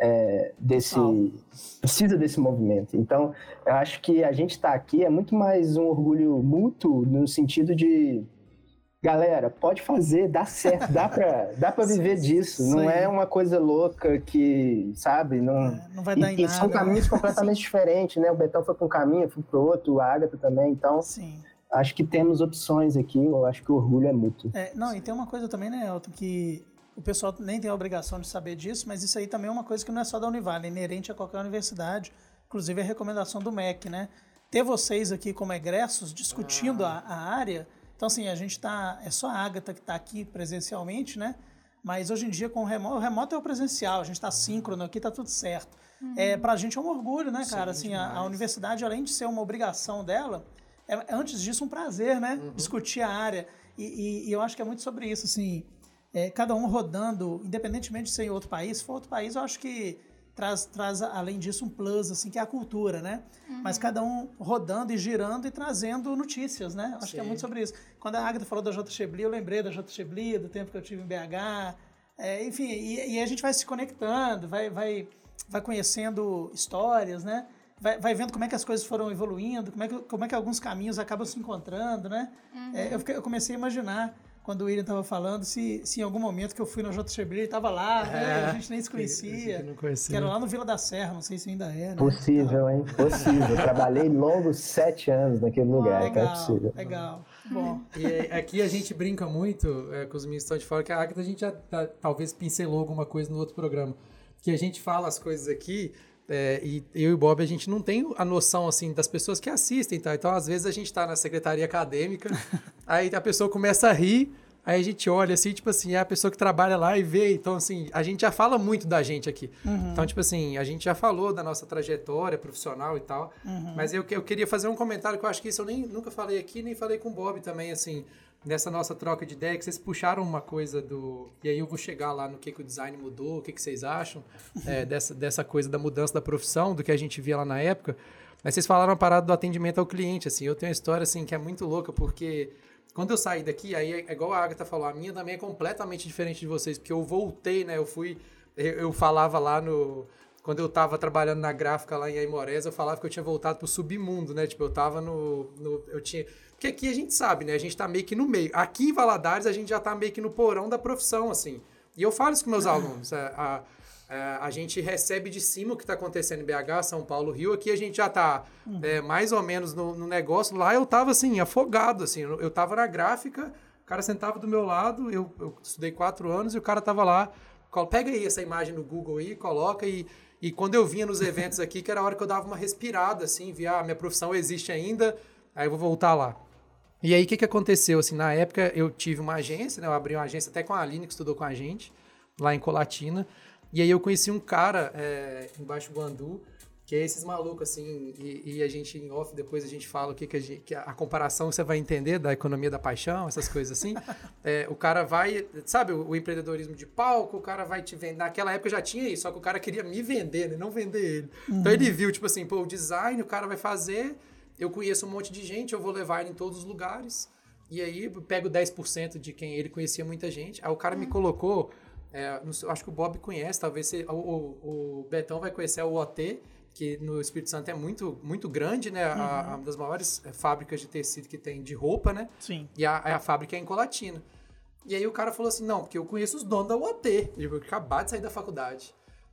É, desse, oh. Precisa desse movimento. Então, eu acho que a gente estar aqui é muito mais um orgulho mútuo no sentido de galera, pode fazer, dá certo, dá pra, dá pra viver disso. Não é uma coisa louca que, sabe, não, é, não vai dar e, em e nada. São caminhos completamente diferentes, né? O Betão foi pra um caminho, eu fui pro outro, a Agatha também, então Sim. acho que temos opções aqui, eu acho que o orgulho é mútuo. É, não, e tem uma coisa também, né, Elton, que o pessoal nem tem a obrigação de saber disso, mas isso aí também é uma coisa que não é só da Univale, é inerente a qualquer universidade, inclusive a recomendação do M E C, né? Ter vocês aqui como egressos discutindo ah. a, a área. Então, assim, a gente tá... É só a Agatha que está aqui presencialmente, né? Mas hoje em dia, com o remoto... O remoto é o presencial, a gente está síncrono aqui, tá tudo certo. Uhum. É, pra gente é um orgulho, né, cara? Sim, assim, a, a universidade, além de ser uma obrigação dela, é, antes disso, um prazer, né? Uhum. Discutir a área. E, e, e eu acho que é muito sobre isso, assim... É, cada um rodando, independentemente de ser em outro país. Se for outro país, eu acho que... Traz, traz, além disso, um plus, assim, que é a cultura, né? Uhum. Mas cada um rodando e girando e trazendo notícias, né? Acho Sim. que é muito sobre isso. Quando a Agatha falou da J Chebli, eu lembrei da J Chebli, do tempo que eu tive em B H. É, enfim, e, e a gente vai se conectando, vai, vai, vai conhecendo histórias, né? Vai, vai vendo como é que as coisas foram evoluindo, como é que, como é que alguns caminhos acabam se encontrando, né? Uhum. É, eu, fiquei, eu comecei a imaginar... Quando o William estava falando, se, se em algum momento que eu fui no J Chebli, ele estava lá, é, né? A gente nem se conhecia. Que, não conhecia. Que era lá no Vila da Serra, não sei se ainda é, né? Possível, hein? Possível. Eu trabalhei longos sete anos naquele lugar, legal, então é possível. Legal, bom. E aqui a gente brinca muito é, com os meninos que estão de fora, que a Agatha a gente já tá, talvez pincelou alguma coisa no outro programa. Que a gente fala as coisas aqui... É, e eu e o Bob, a gente não tem a noção, assim, das pessoas que assistem, tá? Então, às vezes, a gente tá na secretaria acadêmica, aí a pessoa começa a rir, aí a gente olha, assim, tipo assim, é a pessoa que trabalha lá e vê. Então, assim, a gente já fala muito da gente aqui. Uhum. Então, tipo assim, a gente já falou da nossa trajetória profissional e tal, uhum. mas eu, eu queria fazer um comentário que eu acho que isso eu nem, nunca falei aqui, nem falei com o Bob também, assim... Nessa nossa troca de ideia, que vocês puxaram uma coisa do... E aí eu vou chegar lá no que, que o design mudou, o que, que vocês acham é, dessa, dessa coisa da mudança da profissão, do que a gente via lá na época. Mas vocês falaram a parada do atendimento ao cliente, assim. Eu tenho uma história, assim, que é muito louca, porque quando eu saí daqui, aí é igual a Agatha falou, a minha também é completamente diferente de vocês, porque eu voltei, né? Eu fui... Eu, eu falava lá no... Quando eu tava trabalhando na gráfica lá em Aimorés, eu falava que eu tinha voltado pro submundo, né? Tipo, eu tava no... no eu tinha... Porque aqui a gente sabe, né? A gente tá meio que no meio. Aqui em Valadares, a gente já tá meio que no porão da profissão, assim. E eu falo isso com meus alunos. A, a, a gente recebe de cima o que tá acontecendo em B H, São Paulo, Rio. Aqui a gente já tá uhum. é, mais ou menos no, no negócio. Lá eu tava, assim, afogado, assim. Eu, eu tava na gráfica, o cara sentava do meu lado, eu, eu estudei quatro anos e o cara tava lá. Pega aí essa imagem no Google aí, coloca e... E quando eu vinha nos eventos aqui, que era a hora que eu dava uma respirada, assim, via, ah, minha profissão existe ainda, aí eu vou voltar lá. E aí, o que, que aconteceu? Assim, na época, eu tive uma agência, né? Eu abri uma agência até com a Aline, que estudou com a gente, lá em Colatina. E aí, eu conheci um cara é, embaixo do Guandu, que é esses malucos, assim, e, e a gente, em off, depois a gente fala o que, que, a, gente, que a, a comparação você vai entender da economia da paixão, essas coisas assim. É, o cara vai, sabe, o, o empreendedorismo de palco, o cara vai te vender. Naquela época já tinha isso, só que o cara queria me vender, né? Não vender ele. Uhum. Então, ele viu, tipo assim, pô, o design, o cara vai fazer... Eu conheço um monte de gente, eu vou levar ele em todos os lugares. E aí, eu pego dez por cento de quem ele conhecia muita gente. Aí o cara me colocou... É, não sei, acho que o Bob conhece, talvez você, o, o, o Betão vai conhecer o O T, que no Espírito Santo é muito, muito grande, né? Uhum. A, a, uma das maiores fábricas de tecido que tem de roupa, né? Sim. E a, a fábrica é em Colatina. E aí o cara falou assim, não, porque eu conheço os donos da U O T. Eu acabei de sair da faculdade.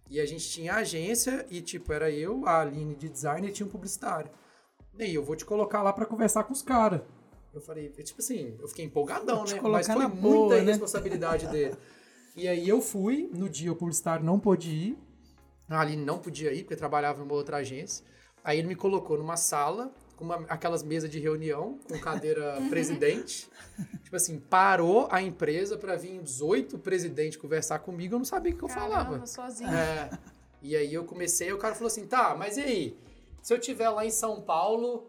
E a gente tinha agência e, tipo, era eu, a Aline de design e tinha um publicitário. E aí, eu vou te colocar lá pra conversar com os caras. Eu falei, tipo assim, eu fiquei empolgadão, né? Mas foi muita boa, né? responsabilidade dele. E aí eu fui, no dia o publicitário não pôde ir, a Aline não podia ir, porque trabalhava em uma outra agência. Aí ele me colocou numa sala, com uma, aquelas mesas de reunião, com cadeira presidente. Tipo assim, parou a empresa pra vir dezoito presidentes conversar comigo, eu não sabia o que eu Caramba, falava. sozinho. É, e aí eu comecei, o cara falou assim, tá, mas e aí? Se eu estiver lá em São Paulo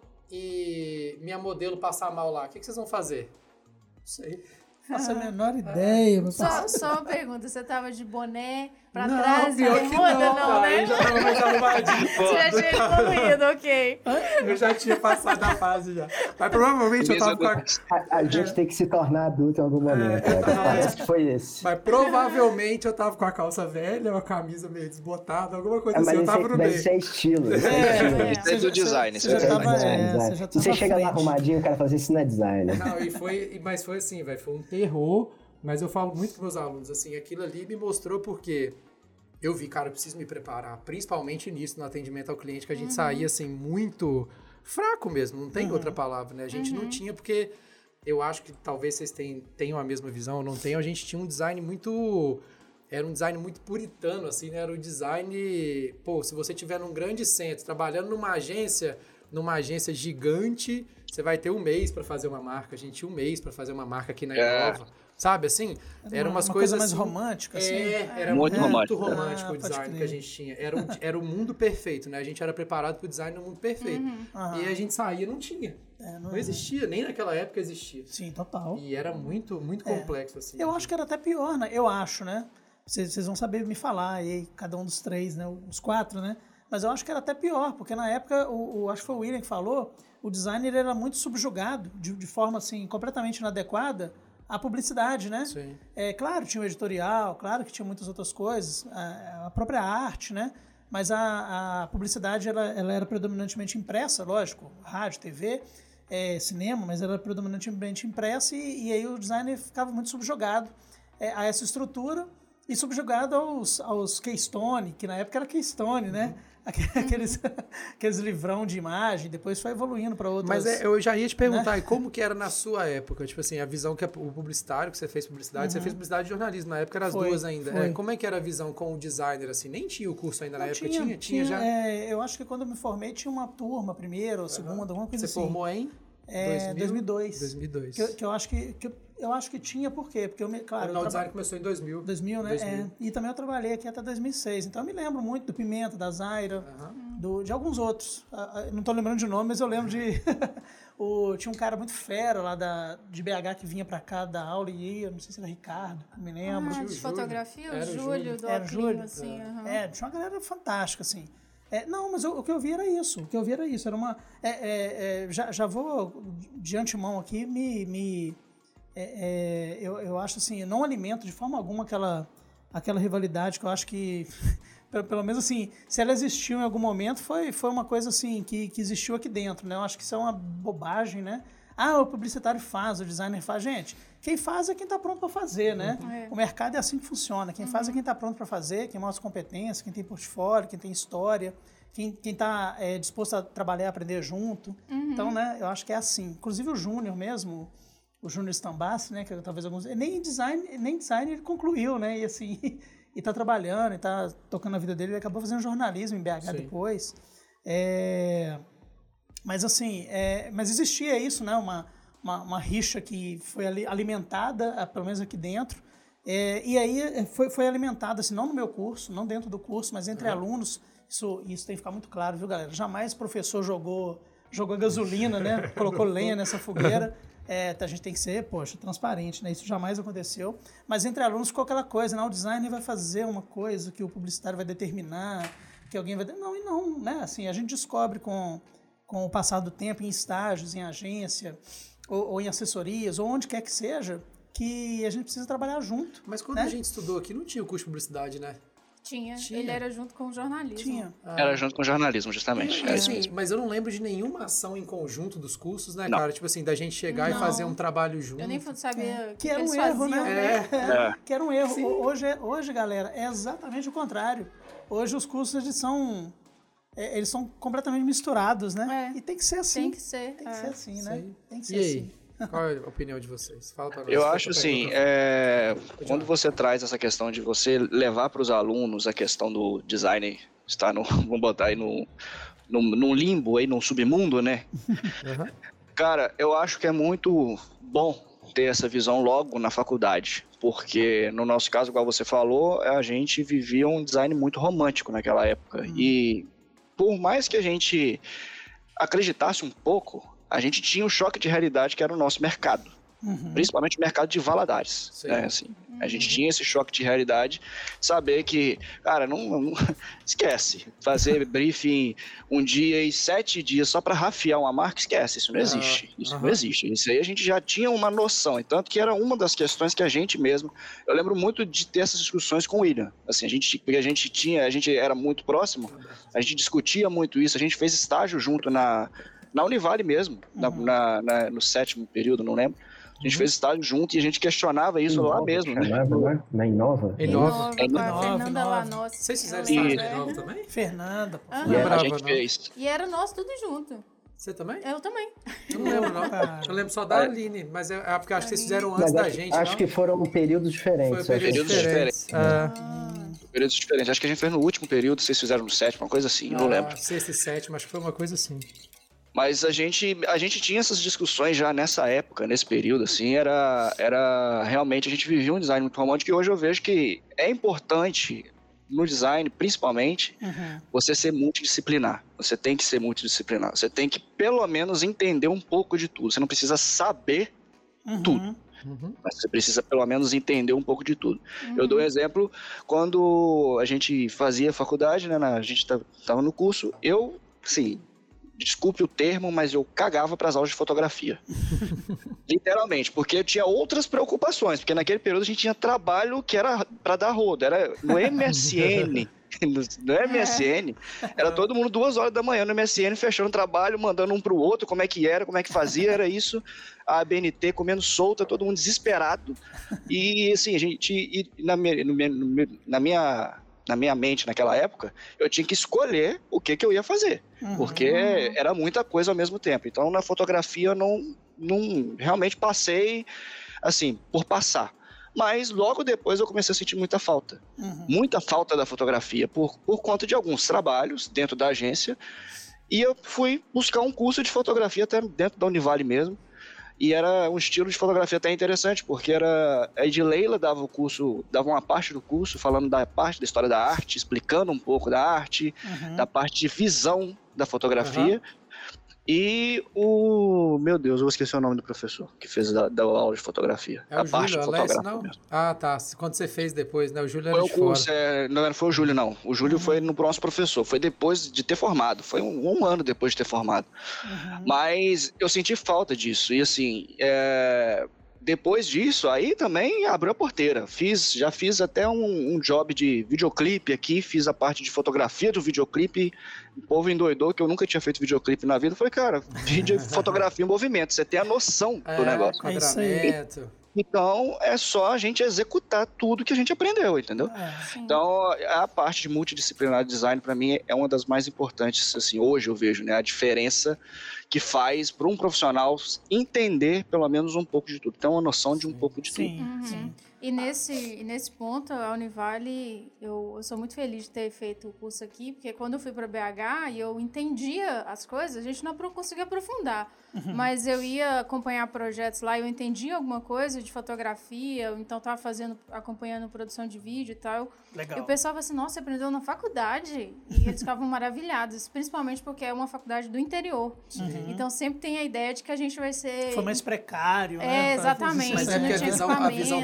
e minha modelo passar mal lá, o que, que vocês vão fazer? Não sei. Faço a menor ideia. Meu Só, só uma pergunta, você tava de boné pra não, trás, pior que bermuda, não, não, cara, né? eu já tava mais arrumadinho. Você já tinha evoluído, ok. Eu já tinha passado a fase já. Mas provavelmente eu tava com a... A, a gente tem que se tornar adulto em algum momento. É, né? Parece que foi esse. Mas provavelmente eu tava com a calça velha, uma camisa meio desbotada, alguma coisa É, assim, mas eu tava esse no deve meio. ser estilo. Isso é, É, estilo. é. Isso é do design. Você Isso é já do tava, design. é, Design, você design. já Se você tava chega lá frente. arrumadinho, o cara fala assim, isso não é design. Não, e foi, mas foi assim, velho, foi um terror, mas eu falo muito com meus alunos, assim, aquilo ali me mostrou porque eu vi, cara, eu preciso me preparar, principalmente nisso, no atendimento ao cliente, que a gente Uhum. saía, assim, muito fraco mesmo, não tem Uhum. outra palavra, né? A gente Uhum. não tinha, porque eu acho que talvez vocês tenham, tenham a mesma visão, ou não tenham, a gente tinha um design muito... Era um design muito puritano, assim, né? Era o design... Pô, se você estiver num grande centro, trabalhando numa agência, numa agência gigante, você vai ter um mês para fazer uma marca. A gente tinha um mês para fazer uma marca aqui na É. Inova. Sabe, assim? Era umas uma coisas coisa mais assim, romântica, assim. É, era Muito muito, romântico. romântico Ah, o pode design crer. que a gente tinha. Era, um, era o mundo perfeito, né? A gente era preparado para o design no mundo perfeito. Aham. E a gente saía, não tinha. É, Não existia, nem naquela época existia. Sim, total. E era muito, muito É. complexo, assim. Eu acho que era até pior, né? Eu acho, né? Vocês vocês vão saber me falar aí, cada um dos três, né? Os quatro, né? Mas eu acho que era até pior, porque na época, o, o- acho que foi o William que falou, o designer era muito subjugado, de, de forma, assim, completamente inadequada à publicidade, né? Sim. É, claro, tinha o editorial, claro que tinha muitas outras coisas, a, a própria arte, né? Mas a, a publicidade, ela, ela era predominantemente impressa, lógico, rádio, T V, é, cinema, mas era predominantemente impressa e, e aí o designer ficava muito subjugado é, a essa estrutura e subjugado aos, aos Keystone, que na época era Keystone, né? Aqueles, aqueles livrão de imagem, depois foi evoluindo para outras... Mas é, eu já ia te perguntar, e como que era na sua época? Tipo assim, a visão que a- o publicitário, que você fez publicidade, você fez publicidade e jornalismo, na época eram as Foi, duas ainda. foi. É, como é que era a visão com o designer, assim? Nem tinha o curso ainda na Não, época, tinha? Tinha, já? é, eu acho que quando eu me formei tinha uma turma, primeira ou segunda, alguma coisa Você assim. formou em? É, dois mil e dois. dois mil e dois. Que, eu- que eu acho que, que eu, eu acho que tinha, por quê? Porque eu me, claro, Não, eu o design traba- começou em dois mil. dois mil, né? dois mil. É, e também eu trabalhei aqui até dois mil e seis, então eu me lembro muito do Pimenta, da Zaira, do, de alguns outros. Ah, ah, não tô lembrando de nome, mas eu lembro de... o, tinha um cara muito fera lá da, de B H que vinha pra cá da aula e ia, não sei se era Ricardo, não me lembro. Ah, o de Júlio. fotografia, o Era o Júlio, Júlio. do Era o Oclinho, Júlio? assim. aham. É, tinha uma galera fantástica, assim. É, não, mas eu- o que eu vi era isso. O que eu vi era isso. Era uma. é, é, é, já, já vou de antemão aqui me. me é, é, eu, eu acho assim, eu não alimento de forma alguma aquela, aquela rivalidade que eu acho que. Pelo, pelo menos assim, se ela existiu em algum momento, foi, foi uma coisa assim que, que existiu aqui dentro, né? Eu acho que isso é uma bobagem, né? Ah, o publicitário faz, o designer faz. Gente, quem faz é quem está pronto para fazer, né? É. O mercado é assim que funciona. Quem faz é quem está pronto para fazer, quem mostra competência, quem tem portfólio, quem tem história, quem está é, disposto a trabalhar e aprender junto. Então, né, eu acho que é assim. Inclusive o Júnior mesmo, o Júnior Stambassi, né, que talvez alguns... Nem design, nem design ele concluiu, né? E assim, e está trabalhando, e está tocando a vida dele. Ele acabou fazendo jornalismo em B H Sim. depois. É... Mas assim, é, mas existia isso, né? Uma, uma, uma rixa que foi ali alimentada, ah, pelo menos aqui dentro. É, e aí é, foi, foi alimentada, assim, não no meu curso, não dentro do curso, mas entre alunos. Isso, isso tem que ficar muito claro, viu, galera? Jamais professor jogou, jogou gasolina, né? Colocou lenha nessa fogueira. É, a gente tem que ser, poxa, transparente, né? Isso jamais aconteceu. Mas entre alunos ficou aquela coisa, né? O designer vai fazer uma coisa que o publicitário vai determinar, que alguém vai... Não, e não, né? Assim, a gente descobre com... com o passar do tempo, em estágios, em agência, ou, ou em assessorias, ou onde quer que seja, que a gente precisa trabalhar junto. Mas quando né? a gente estudou aqui, não tinha o curso de publicidade, né? Tinha. Tinha? Ele era junto com o jornalismo. Tinha. Era junto com o jornalismo, justamente. Mas, É isso assim, mesmo. mas eu não lembro de nenhuma ação em conjunto dos cursos, né, Não. cara? Tipo assim, da gente chegar Não. e fazer um trabalho junto. Eu nem sabia o Que que, era eles um erro, faziam, né? É. É. Que era um erro. Ho- Hoje, é- hoje, galera, é exatamente o contrário. Hoje os cursos eles são, é, eles são completamente misturados, né? É. E tem que ser assim. Tem que ser. Tem que é. ser assim, né? Sei. Tem que ser E aí? assim. Qual é a opinião de vocês? Fala pra nós. Eu Qual acho que é a assim, pergunta? é, Pode quando falar. você traz essa questão de você levar para os alunos a questão do design estar no, vamos botar aí no, no, num limbo, aí num submundo, né? Aham. Cara, eu acho que é muito bom ter essa visão logo na faculdade, porque no nosso caso, igual você falou, a gente vivia um design muito romântico naquela época. E por mais que a gente acreditasse um pouco, a gente tinha um choque de realidade que era o nosso mercado. Principalmente o mercado de Valadares. Sim. Né, assim, a gente tinha esse choque de realidade, saber que, cara, não, não- esquece. Fazer briefing um dia e sete dias só para rafiar uma marca, esquece. Isso não Ah, existe. Isso aham. não existe. Isso aí a gente já tinha uma noção. E tanto que era uma das questões que a gente mesmo. Eu lembro muito de ter essas discussões com o William. Assim, a gente, porque a gente tinha, a gente era muito próximo, a gente discutia muito isso, a gente fez estágio junto na, na Univale mesmo, na- na- na- no sétimo período, não lembro. A gente fez estágio junto e a gente questionava isso lá Inova, mesmo, né? chamava, né? Na Inova. Em Em Nova. Nova, Em com a Nova, Fernanda Nova. Lanossi. Vocês fizeram Eu lembro, estágio de é. novo também? Fernanda, pô. Aham. Não A lembrava, gente não. fez. E era nós tudo junto. Você também? Eu também. Eu não lembro, não. Cara. Eu lembro só da Aline, mas é, é porque eu acho que vocês fizeram antes Mas da acho, gente, acho não? que foram períodos diferentes. Foi acho. períodos Períodos diferentes. Ah, Períodos diferentes. Acho que a gente fez no último período, vocês fizeram no sétimo, uma coisa assim, não ah, lembro. Sexta e sétima, acho que foi uma coisa assim. Mas a gente, a gente tinha essas discussões já nessa época, nesse período, assim, era, era realmente, a gente vivia um design muito romântico e hoje eu vejo que é importante, no design principalmente, Uhum. você ser multidisciplinar. Você tem que ser multidisciplinar. Você tem que, pelo menos, entender um pouco de tudo. Você não precisa saber Uhum. tudo. Uhum. Mas você precisa, pelo menos, entender um pouco de tudo. Eu dou um exemplo, quando a gente fazia faculdade, né, na- a gente estava no curso, eu, assim, desculpe o termo, mas eu cagava para as aulas de fotografia. Literalmente, porque eu tinha outras preocupações, porque naquele período a gente tinha trabalho que era para dar rodo, era no M S N. No, no M S N, era todo mundo duas horas da manhã no M S N, fechando trabalho, mandando um pro outro, como é que era, como é que fazia, era isso, a B N T comendo solta, todo mundo desesperado, e assim, a gente, e na, minha, no meu- no meu- na minha, na minha mente naquela época, eu tinha que escolher o que que eu ia fazer, porque era muita coisa ao mesmo tempo, então na fotografia eu não, não realmente passei, assim, por passar. Mas logo depois eu comecei a sentir muita falta. Uhum. Muita falta da fotografia por, por conta de alguns trabalhos dentro da agência. E eu fui buscar um curso de fotografia até dentro da Univale mesmo. E era um estilo de fotografia até interessante, porque era a Edileila dava o curso, dava uma parte do curso falando da parte da história da arte, explicando um pouco da arte, Uhum. da parte de visão da fotografia. E o... Meu Deus, eu esqueci o nome do professor que fez da, da aula de fotografia. É a o parte Júlio Alessio, fotográfica não? mesmo. Ah, tá. Quando você fez depois, né? O Júlio era Foi o de fora. curso, é, não foi o Júlio, não. O Júlio foi no nosso professor, foi depois de ter formado, foi um, um ano depois de ter formado. Mas eu senti falta disso, e assim, é, depois disso, aí também abriu a porteira. Fiz, já fiz até um, um job de videoclipe aqui, fiz a parte de fotografia do videoclipe. O povo endoidou que eu nunca tinha feito videoclipe na vida. Eu falei, cara, vídeo, fotografia em movimento, você tem a noção do É, negócio. É isso aí. quadramento. Então, é só a gente executar tudo que a gente aprendeu, entendeu? É. Sim. Então, a parte de multidisciplinar de design, para mim, é uma das mais importantes, assim, hoje eu vejo, né? A diferença que faz para um profissional entender, pelo menos, um pouco de tudo. Ter uma noção de um pouco de tudo. Sim, sim. E nesse, e nesse ponto, a Univale, eu, eu sou muito feliz de ter feito o curso aqui, porque quando eu fui para B H e eu entendia as coisas, a gente não pro- conseguia aprofundar. Mas eu ia acompanhar projetos lá, eu entendia alguma coisa de fotografia, ou então estava fazendo, acompanhando produção de vídeo e tal. Legal. E o pessoal falava assim, nossa, você aprendeu na faculdade? E eles ficavam maravilhados, principalmente porque é uma faculdade do interior. Então sempre tem a ideia de que a gente vai ser... Foi mais precário, É, né? exatamente. Mas Isso é não porque a tinha visão, a visão equipamento. romântica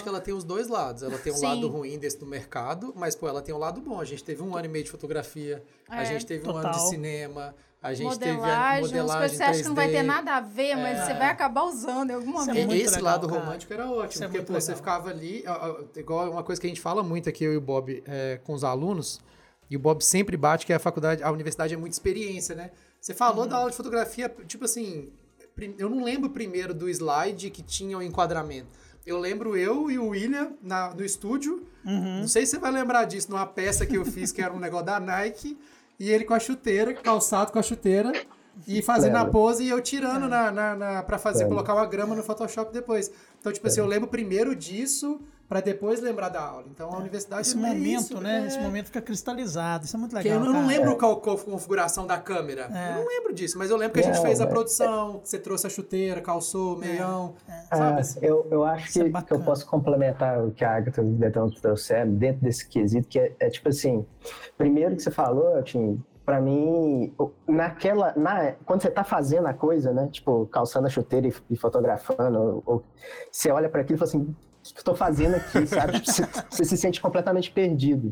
que ela tem os dois lados. Ela tem um Sim. lado ruim desse do mercado, mas, pô, ela tem um lado bom. A gente teve um ano e meio de fotografia, a É, gente teve um total. ano de cinema, a gente modelagem, teve a umas coisas modelagem que você acha que não vai ter três D. nada a ver, mas você vai acabar usando em algum Isso é momento. muito Esse legal, lado cara. romântico era ótimo, Isso é porque muito pô, você legal. ficava ali, ó, ó, igual uma coisa que a gente fala muito aqui, eu e o Bob, é, com os alunos, e o Bob sempre bate que a faculdade, a universidade é muita experiência, né? Você falou Uhum. da aula de fotografia, tipo assim, prim- eu não lembro primeiro do slide que tinha o enquadramento. Eu lembro eu e o William na, no estúdio, Uhum. não sei se você vai lembrar disso, numa peça que eu fiz, que era um negócio da Nike, e ele com a chuteira, calçado com a chuteira, e fazendo a Lembro. pose e eu tirando na, na, na, pra fazer, Lembro. colocar uma grama no Photoshop depois. Então, tipo assim, eu lembro primeiro disso pra depois lembrar da aula. Então, a universidade Esse é momento, isso, né? é. Esse momento fica cristalizado. Isso é muito Porque legal. eu não cara. lembro qual, qual a configuração da câmera. É. Eu não lembro disso, mas eu lembro que a gente Não, fez a mas- produção, que você trouxe a chuteira, calçou, meião, Ah, sabe? assim? eu, eu acho Isso é que, que bacana. eu posso complementar o que a Agatha e o Betão trouxeram dentro desse quesito, que é, é tipo assim, primeiro que você falou, Tim, pra mim, o- naquela, na, quando você tá fazendo a coisa, né, tipo, calçando a chuteira e, e fotografando, ou, ou- você olha para aquilo e fala assim, o que eu tô fazendo aqui, sabe? Tipo, você, você se sente completamente perdido.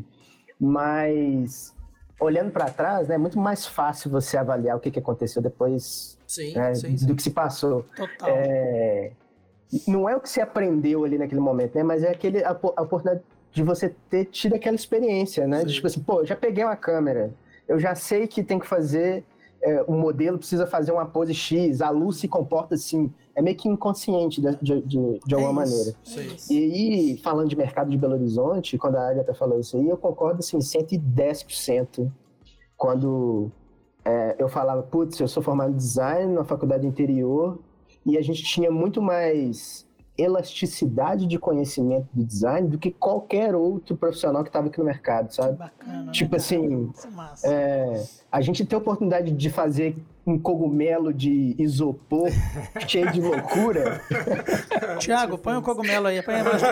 Mas, olhando para trás, né, é muito mais fácil você avaliar o que, que aconteceu depois, Sim, né, sim, sim. do que se passou. Total. É, não é o que você aprendeu ali naquele momento, né? Mas é aquele, a, po- a oportunidade de você ter tido aquela experiência, né? De, Sim. tipo assim, pô, eu já peguei uma câmera, eu já sei que tem que fazer, é, um modelo precisa fazer uma pose X, a luz se comporta assim, é meio que inconsciente de, de, de, de alguma É isso, maneira. é Sim. isso. E aí, falando de mercado de Belo Horizonte, quando a Agatha falou isso aí, eu concordo assim, cento e dez por cento. Quando é, eu falava, putz, eu sou formado em design na faculdade interior, e a gente tinha muito mais elasticidade de conhecimento do design do que qualquer outro profissional que estava aqui no mercado, Que sabe? bacana, Tipo né, assim, cara? Isso é massa. É, a gente tem a oportunidade de fazer um cogumelo de isopor cheio de loucura. Tiago, põe o cogumelo aí. Põe aí embaixo.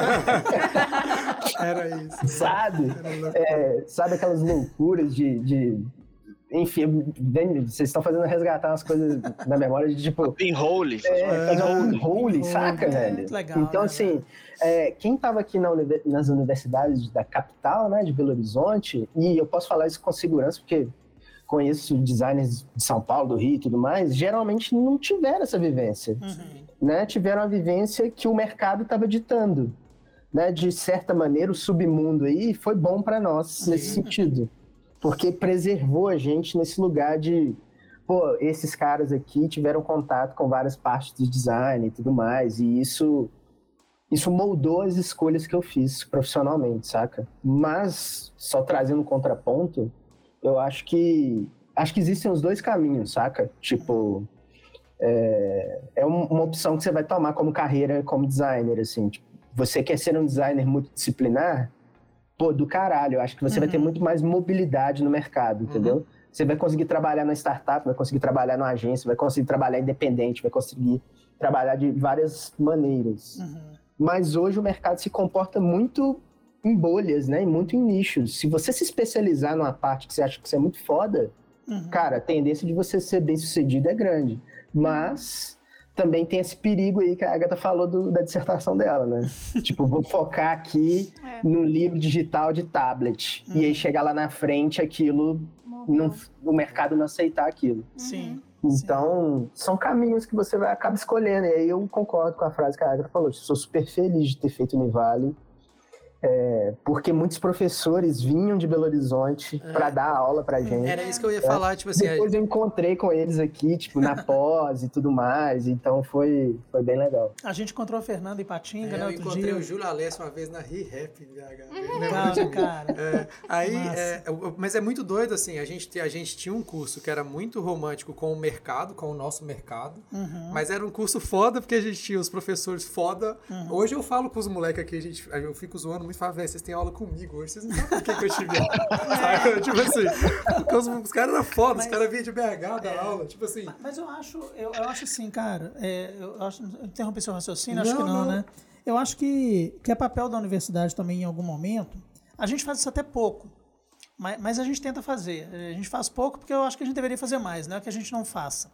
Era isso. Sabe? É, sabe aquelas loucuras de. de- enfim, bem, vocês estão fazendo resgatar umas coisas na memória de tipo. Pinhole. É, fazer um pinhole, saca, é velho? muito legal, Então, né, assim, é, quem estava aqui na uni- nas universidades da capital, né, de Belo Horizonte, e eu posso falar isso com segurança, porque conheço designers de São Paulo, do Rio e tudo mais, geralmente não tiveram essa vivência. Né? Tiveram a vivência que o mercado estava ditando. Né? De certa maneira, o submundo aí foi bom para nós nesse sentido. Porque preservou a gente nesse lugar de, pô, esses caras aqui tiveram contato com várias partes do design e tudo mais, e isso, isso moldou as escolhas que eu fiz profissionalmente, saca? Mas, só trazendo um contraponto, eu acho que, acho que existem os dois caminhos, saca? Tipo, é, é um- uma opção que você vai tomar como carreira, como designer, assim, tipo, você quer ser um designer multidisciplinar? Pô, do caralho, eu acho que você vai ter muito mais mobilidade no mercado, entendeu? Você vai conseguir trabalhar na startup, vai conseguir trabalhar numa agência, vai conseguir trabalhar independente, vai conseguir trabalhar de várias maneiras. Mas hoje o mercado se comporta muito em bolhas, né? E muito em nichos. Se você se especializar numa parte que você acha que você é muito foda, cara, a tendência de você ser bem sucedido é grande. Mas também tem esse perigo aí que a Agatha falou do- da dissertação dela, né? Tipo, vou focar aqui É. no livro digital de tablet. E aí chegar lá na frente, aquilo, não, o mercado não aceitar aquilo. Sim. Então, são caminhos que você vai acabar escolhendo. E aí eu concordo com a frase que a Agatha falou. Sou super feliz de ter feito Univale. É, porque muitos professores vinham de Belo Horizonte para dar aula pra gente. Era isso que eu ia falar, tipo assim, Depois eu encontrei com eles aqui, tipo, na pós e tudo mais. Então foi, foi bem legal. A gente encontrou a Fernanda em Patinga, é, né, eu outro encontrei dia. o Júlio Alessio uma vez na ReHap em B H. Ele lembrou Legal, de né, mim. cara? É, aí, Massa. é, eu- mas é muito doido, assim, a gente, a gente tinha um curso que era muito romântico com o mercado, com o nosso mercado, Uhum. mas era um curso foda porque a gente tinha os professores foda. Uhum. Hoje eu falo com os moleques aqui, a gente, eu fico zoando muito, falo, velho, vocês têm aula comigo hoje, vocês não sabem por que, que eu estive lá. Saca? Tipo assim, porque os, os caras eram foda, os caras vinham de B H da aula, tipo assim. Mas eu acho, eu, eu acho assim, cara, é, eu acho, eu interrompi seu raciocínio, acho Não, que não, não. né? Eu acho que, que é papel da universidade também em algum momento. A gente faz isso até pouco, mas, mas a gente tenta fazer. A gente faz pouco porque eu acho que a gente deveria fazer mais, não é que a gente não faça.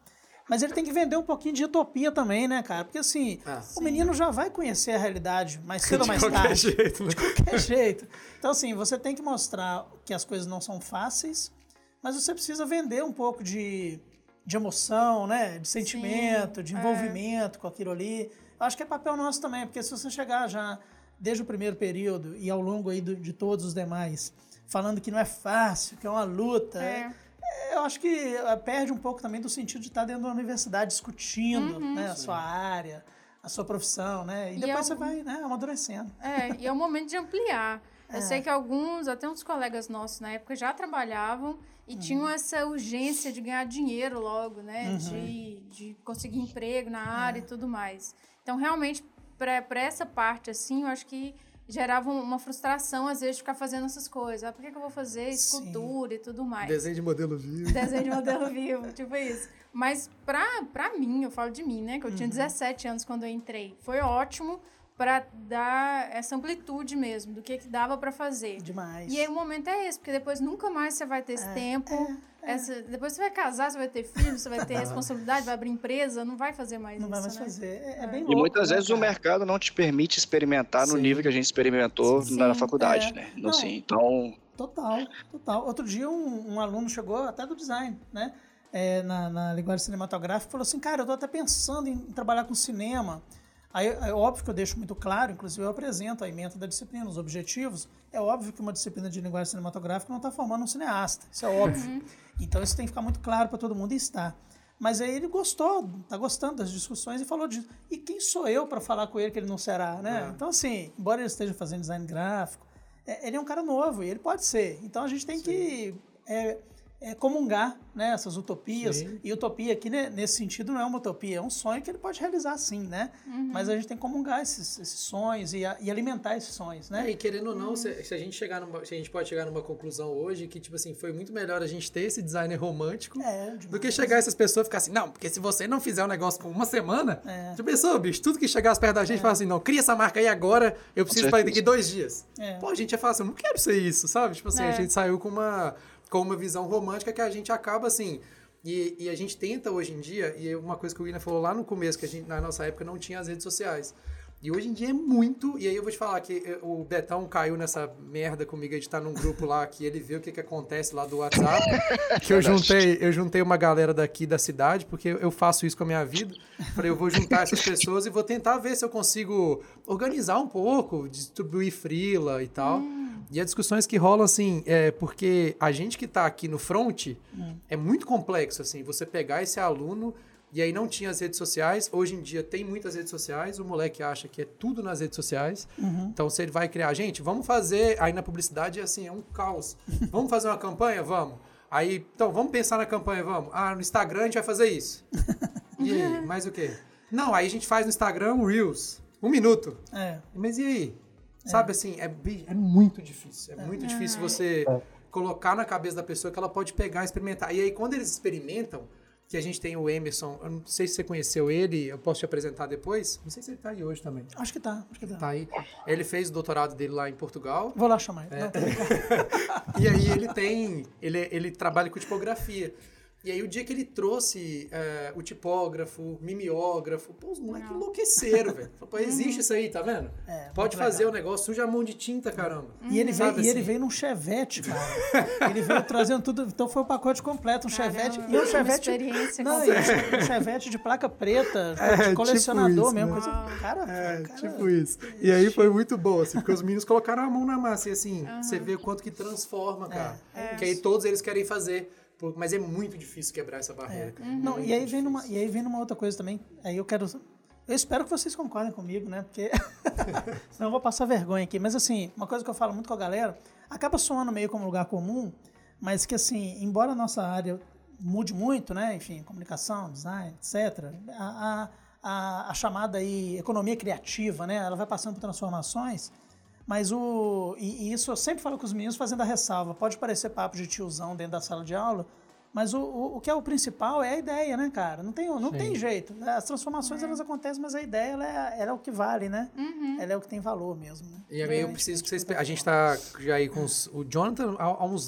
Mas ele tem que vender um pouquinho de utopia também, né, cara? Porque assim, Ah, o menino já vai conhecer a realidade mais cedo ou mais De qualquer tarde. jeito, né? De qualquer jeito. Então, assim, você tem que mostrar que as coisas não são fáceis, mas você precisa vender um pouco de, de emoção, né? De sentimento, Sim, de é. envolvimento com aquilo ali. Eu acho que é papel nosso também, porque se você chegar já desde o primeiro período e ao longo aí do, de todos os demais, falando que não é fácil, que é uma luta, É. é, eu acho que eh, perde um pouco também do sentido de estar dentro da universidade discutindo Uhum. né, a sua área, a sua profissão, né? E, E depois é você um- vai né, amadurecendo. É, e é o momento de ampliar. Eu É. sei que alguns, até uns colegas nossos na época, já trabalhavam e tinham essa urgência de ganhar dinheiro logo, né? De, de conseguir emprego na área e tudo mais. Então, realmente, para essa parte, assim, eu acho que gerava uma frustração, às vezes, de ficar fazendo essas coisas. Ah, por que, que eu vou fazer escultura e tudo mais? Desenho de modelo vivo. Desenho de modelo vivo, tipo isso. Mas pra, pra mim, eu falo de mim, né? Que eu tinha dezessete anos quando eu entrei. Foi ótimo pra dar essa amplitude mesmo, do que, que dava pra fazer. Demais. E aí o momento é esse, porque depois nunca mais você vai ter esse tempo. Essa, depois você vai casar, você vai ter filho, você vai ter responsabilidade, vai abrir empresa, não vai fazer mais Não isso, vai mais né? fazer. É, é bem E louco, muitas né, vezes o cara? mercado não te permite experimentar no Sim. nível que a gente experimentou Sim. na faculdade, É. né? Não. Assim, então, Total, total. Outro dia um, um aluno chegou até do design, né? É, na, na linguagem cinematográfica, falou assim, cara, eu tô até pensando em trabalhar com cinema. Aí é óbvio que eu deixo muito claro, inclusive eu apresento a ementa da disciplina, os objetivos. É óbvio que uma disciplina de linguagem cinematográfica não está formando um cineasta, isso é óbvio. Então isso tem que ficar muito claro para todo mundo e está. Mas aí ele gostou, tá gostando das discussões e falou disso. E quem sou eu para falar com ele que ele não será, né? É. Então assim, embora ele esteja fazendo design gráfico, é, ele é um cara novo e ele pode ser. Então a gente tem que é, é, comungar né, essas utopias. Sim. E utopia aqui, né, nesse sentido, não é uma utopia, é um sonho que ele pode realizar sim, né? Mas a gente tem que comungar esses, esses sonhos e, a- e alimentar esses sonhos, né? É, e querendo ou não, se, se a gente chegar numa, se a gente pode chegar numa conclusão hoje que, tipo assim, foi muito melhor a gente ter esse designer romântico É, do demais. que chegar essas pessoas e ficar assim, não, porque se você não fizer um negócio com uma semana, É. já pensou, bicho, tudo que chegasse perto da gente, fala assim, não, cria essa marca aí agora, eu preciso para daqui dois dias. É. Pô, a gente ia falar assim, eu não quero ser isso, sabe? Tipo assim, a É. gente saiu com uma, com uma visão romântica que a gente acaba assim... E, e a gente tenta hoje em dia, e uma coisa que o William falou lá no começo, que a gente, na nossa época não tinha as redes sociais. E hoje em dia é muito, e aí eu vou te falar que eh, o Betão caiu nessa merda comigo, a gente tá num grupo lá, que ele vê o que que acontece lá do WhatsApp, que eu juntei, eu juntei uma galera daqui da cidade, porque eu faço isso com a minha vida. Falei, eu vou juntar essas pessoas e vou tentar ver se eu consigo organizar um pouco, distribuir freela e tal. E as discussões que rolam, assim, é porque a gente que tá aqui no front é muito complexo, assim, você pegar esse aluno e aí não tinha as redes sociais, hoje em dia tem muitas redes sociais, o moleque acha que é tudo nas redes sociais, então se ele vai criar, gente, vamos fazer, aí na publicidade, assim, é um caos, vamos fazer uma campanha? Vamos. Aí, então, vamos pensar na campanha, vamos. Ah, no Instagram a gente vai fazer isso. E aí, mais o quê? Não, aí a gente faz no Instagram um Reels, um minuto. É. Mas e aí? Sabe assim, é, bi- é muito difícil. É muito difícil você colocar na cabeça da pessoa que ela pode pegar e experimentar. E aí, quando eles experimentam, que a gente tem o Emerson, eu não sei se você conheceu ele, eu posso te apresentar depois. Não sei se ele tá aí hoje também. Acho que tá, acho que tá. Tá aí. Ele fez o doutorado dele lá em Portugal. Vou lá chamar ele. É. Não, tô brincando. E aí ele tem, ele, ele trabalha com tipografia. E aí o dia que ele trouxe é, o tipógrafo, mimeógrafo, pô, os moleques enlouqueceram, velho. Falou, pô, existe isso aí, tá vendo? É, Pode muito fazer legal. o negócio, suja a mão de tinta, caramba. E ele, veio, Sabe e ele assim? veio num chevette, cara. Ele veio trazendo tudo. Então foi o pacote completo. Um Caramba, chevette. E uma um chevette. experiência Não, completa. e um chevette de placa preta, É, de tipo colecionador isso, mesmo. né? Coisa, cara, É, cara, tipo isso. E aí foi muito bom, assim, porque os meninos colocaram a mão na massa. E assim, você vê o quanto que transforma, cara. Que aí todos eles querem fazer. pô, Mas é muito difícil quebrar essa barreira. cara. Não, Muito e aí, vem difícil. numa, e aí vem numa outra coisa também. Aí eu quero. Eu espero que vocês concordem comigo, né? Porque senão eu vou passar vergonha aqui. Mas assim, uma coisa que eu falo muito com a galera, acaba soando meio como lugar comum, mas que assim, embora a nossa área mude muito, né? Enfim, comunicação, design, etcétera. A, a, a, a chamada aí economia criativa, né? Ela vai passando por transformações. Mas o. E, e isso eu sempre falo com os meninos fazendo a ressalva. Pode parecer papo de tiozão dentro da sala de aula, mas o, o, o que é o principal é a ideia, né, cara? Não tem, não tem jeito. As transformações elas acontecem, mas a ideia ela é, ela é o que vale, né? Ela é o que tem valor mesmo. Né? E aí eu preciso que vocês... A gente tá já aí com os, o Jonathan há, há uns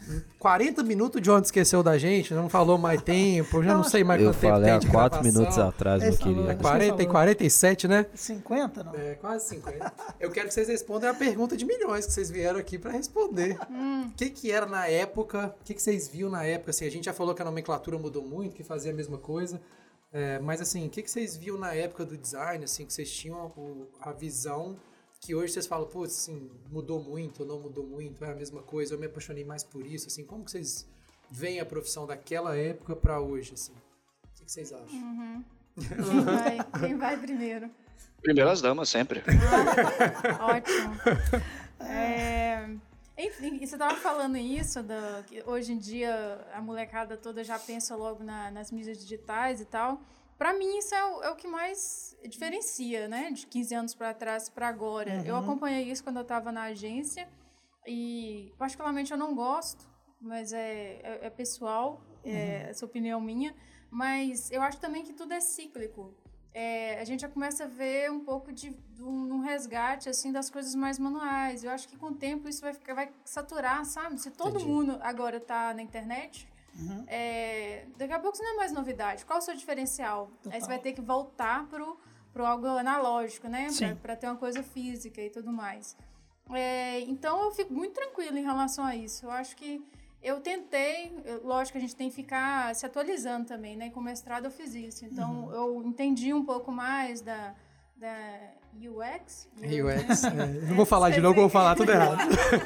quarenta minutos, o John esqueceu da gente, não falou mais tempo, já não, não sei mais eu quanto tempo falei tem há de quatro gravação. minutos atrás, meu Ele falou, querido. é quarenta e quarenta e sete, né? cinquenta, não? É, quase cinquenta. Eu quero que vocês respondam a pergunta de milhões que vocês vieram aqui pra responder. O que que era na época, o que que vocês viam na época? Assim, a gente já falou que a nomenclatura mudou muito, que fazia a mesma coisa, é, mas assim, o que que vocês viam na época do design, assim, que vocês tinham a, a visão que hoje vocês falam, putz, assim, mudou muito ou não mudou muito, é a mesma coisa, eu me apaixonei mais por isso, assim, como que vocês veem a profissão daquela época pra hoje, assim? O que que vocês acham? Uhum. Quem vai? Quem vai primeiro? Primeiro as damas, sempre. Ah, ótimo. É, enfim, você estava falando isso, da, que hoje em dia a molecada toda já pensa logo na, nas mídias digitais e tal. Para mim, isso é o, é o que mais diferencia, né? De quinze anos para trás para agora. Uhum. Eu acompanhei isso quando eu estava na agência e, particularmente, eu não gosto, mas é, é, é pessoal, é uhum. essa opinião minha. Mas eu acho também que tudo é cíclico. É, a gente já começa a ver um pouco de, de um resgate assim, das coisas mais manuais. Eu acho que com o tempo isso vai, ficar, vai saturar, sabe? Se todo Entendi. mundo agora está na internet... Uhum. É, daqui a pouco isso não é mais novidade. Qual é o seu diferencial? Total. Aí você vai ter que voltar pro, pro algo analógico, né? Para ter uma coisa física e tudo mais. É, então eu fico muito tranquila em relação a isso. Eu acho que eu tentei, eu, lógico que a gente tem que ficar se atualizando também, né? Com o mestrado eu fiz isso. Então uhum. eu entendi um pouco mais da, da U X. U X. É, não vou falar de novo, vou falar tudo errado.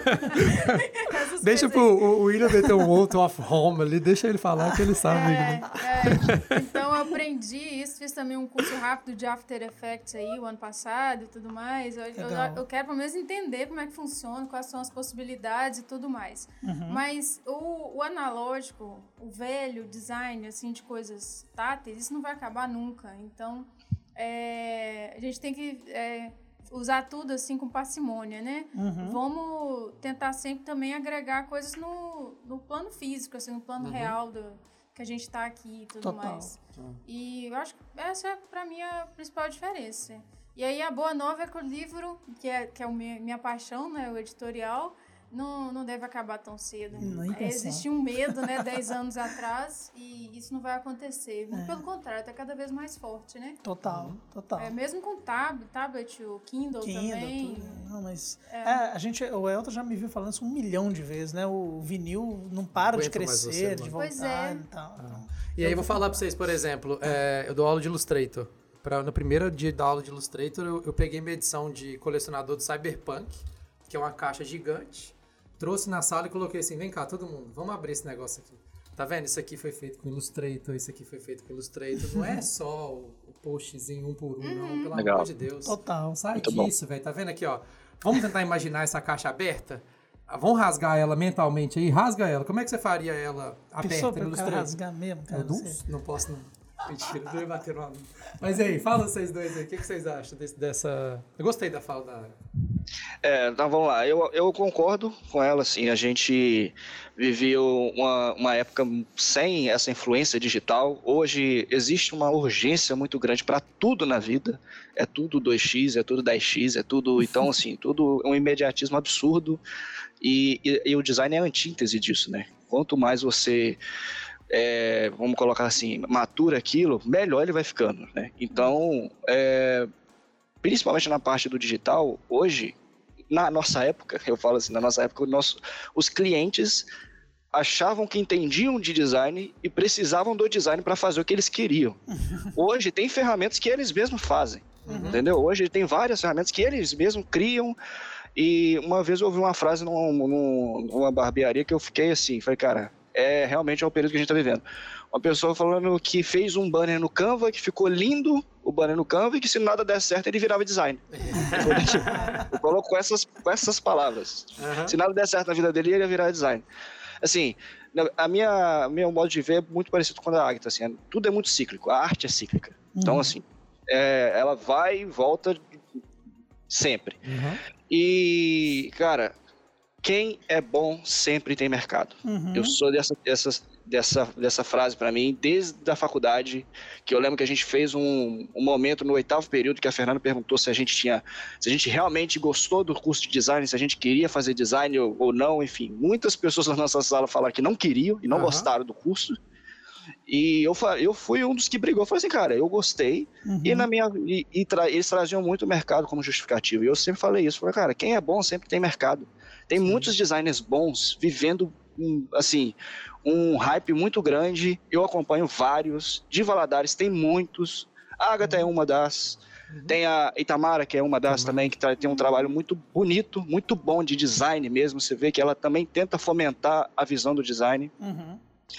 Deixa pro o William meter um outro off home ali, deixa ele falar que ele sabe. É, é. Então eu aprendi isso, fiz também um curso rápido de After Effects aí o ano passado e tudo mais. Eu, eu, eu quero pelo menos entender como é que funciona, quais são as possibilidades e tudo mais. Uhum. Mas o, o analógico, o velho design assim, de coisas táteis, isso não vai acabar nunca. Então é, a gente tem que... É, usar tudo assim com parcimônia, né? Uhum. Vamos tentar sempre também agregar coisas no, no plano físico, assim, no plano uhum. real do, que a gente tá aqui e tudo Total. mais. Uhum. E eu acho que essa é, pra mim, a principal diferença. E aí, a boa nova é que o livro, que é, que é a minha, minha paixão, né? O editorial, não, não deve acabar tão cedo. É, existia um medo, né? dez anos atrás, e isso não vai acontecer. Muito é. pelo contrário, está cada vez mais forte, né? Total, total. É, mesmo com o tab, tablet, o Kindle, Kindle também. Tudo. Não, mas é. É, a gente, o Elton já me viu falando isso um milhão de vezes, né? O vinil não para de crescer, de voltar. Pois é. E, tal, ah. então, e aí eu vou falar para vocês, por exemplo, é, eu dou aula de Illustrator. Pra, no primeiro dia da aula de Illustrator, eu, eu peguei minha edição de colecionador do Cyberpunk, que é uma caixa gigante. Trouxe na sala e coloquei assim, vem cá, todo mundo, vamos abrir esse negócio aqui. Tá vendo? Isso aqui foi feito com Illustrator, isso aqui foi feito com Illustrator. Não é só o, o postzinho um por um, uhum. não, pelo Legal. amor de Deus. Total. Sai Muito disso, velho. Tá vendo aqui, ó? Vamos tentar imaginar essa caixa aberta? Vamos rasgar ela mentalmente aí? Rasga ela. Como é que você faria ela aberta no Illustrator? rasgar mesmo, cara. Eu não, não posso, não. Mentira, não ia bater no aluno. Mas aí, fala vocês dois aí, o que, que vocês acham desse, dessa... Eu gostei da fala da... É, então vamos lá, eu, eu concordo com ela, assim, a gente viveu uma, uma época sem essa influência digital, hoje existe uma urgência muito grande para tudo na vida, é tudo dois x, é tudo dez x, é tudo, então assim, tudo é um imediatismo absurdo e, e, e o design é a antítese disso, né, quanto mais você... É, vamos colocar assim, matura aquilo, melhor ele vai ficando, né? Então, é, principalmente na parte do digital, hoje, na nossa época, eu falo assim, na nossa época, nosso, os clientes achavam que entendiam de design e precisavam do design para fazer o que eles queriam. Hoje tem ferramentas que eles mesmos fazem, uhum. entendeu? Hoje tem várias ferramentas que eles mesmos criam. E uma vez eu ouvi uma frase num, num, numa barbearia que eu fiquei assim, falei, cara... É realmente é o período que a gente está vivendo. Uma pessoa falando que fez um banner no Canva, que ficou lindo o banner no Canva, e que se nada der certo, ele virava design. Eu coloco com essas, com essas palavras. Uhum. Se nada der certo na vida dele, ele ia virar design. Assim, a minha, meu modo de ver é muito parecido com o da Agatha. Assim, tudo é muito cíclico, a arte é cíclica. Uhum. Então, assim, é, ela vai e volta sempre. Uhum. E, cara... quem é bom sempre tem mercado. Uhum. Eu sou dessa, dessa, dessa, dessa frase para mim desde a faculdade, que eu lembro que a gente fez um, um momento no oitavo período que a Fernanda perguntou se a gente tinha, se a gente realmente gostou do curso de design, se a gente queria fazer design ou, ou não, enfim. Muitas pessoas na nossa sala falaram que não queriam e não Uhum. gostaram do curso. E eu, eu fui um dos que brigou. Eu falei assim, cara, eu gostei. Uhum. E, na minha, e, e tra, eles traziam muito o mercado como justificativo. E eu sempre falei isso. Falei, cara, quem é bom sempre tem mercado. Tem Sim. muitos designers bons vivendo, um, assim, um hype muito grande. Eu acompanho vários. De Valadares tem muitos. A Agatha uhum. é uma das. Uhum. Tem a Itamara, que é uma das uhum. também, que tá, tem um trabalho muito bonito, muito bom de design mesmo. Você vê que ela também tenta fomentar a visão do design. Uhum.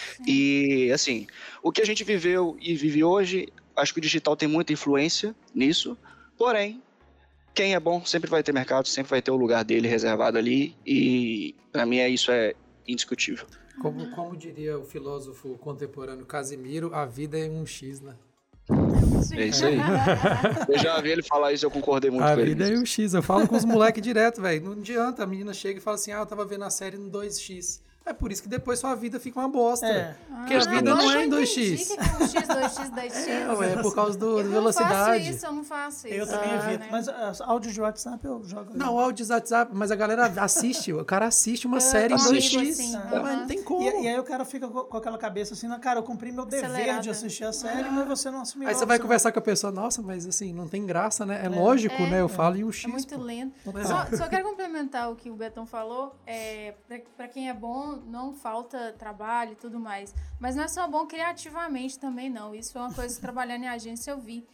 E, assim, o que a gente viveu e vive hoje, acho que o digital tem muita influência nisso, porém, quem é bom sempre vai ter mercado, sempre vai ter o lugar dele reservado ali, e pra mim é, isso é indiscutível. Como, como diria o filósofo contemporâneo Casimiro, a vida é um X, né? É isso aí. Eu já vi ele falar isso, eu concordei muito a com ele. A vida é um X, eu falo com os moleques direto, velho, não adianta, a menina chega e fala assim, ah, eu tava vendo a série no dois x. É por isso que depois sua vida fica uma bosta. É. Porque ah, a vida não é em dois x. O que é um X, dois X, dez X? É, é por causa do, da velocidade. Eu não faço isso, eu não faço isso. Eu também ah, evito. né? Mas uh, áudio de WhatsApp eu jogo. Não, áudio de WhatsApp, mas a galera assiste. O cara assiste uma é, série em dois x. Assim, ah, mas não tem como. E, e aí o cara fica com aquela cabeça assim, cara, eu cumpri meu dever Acelerada. de assistir a série, ah. mas você não assumiu. Aí você vai conversar com a pessoa, nossa, mas assim, não tem graça, né? É, é. lógico, é, né? Eu é. falo em um X. É muito pô. lento. Só, só quero complementar o que o Betão falou. É, pra, pra quem é bom, não falta trabalho e tudo mais. Mas não é só bom criativamente também, não. Isso foi uma coisa que trabalhando em agência eu vi.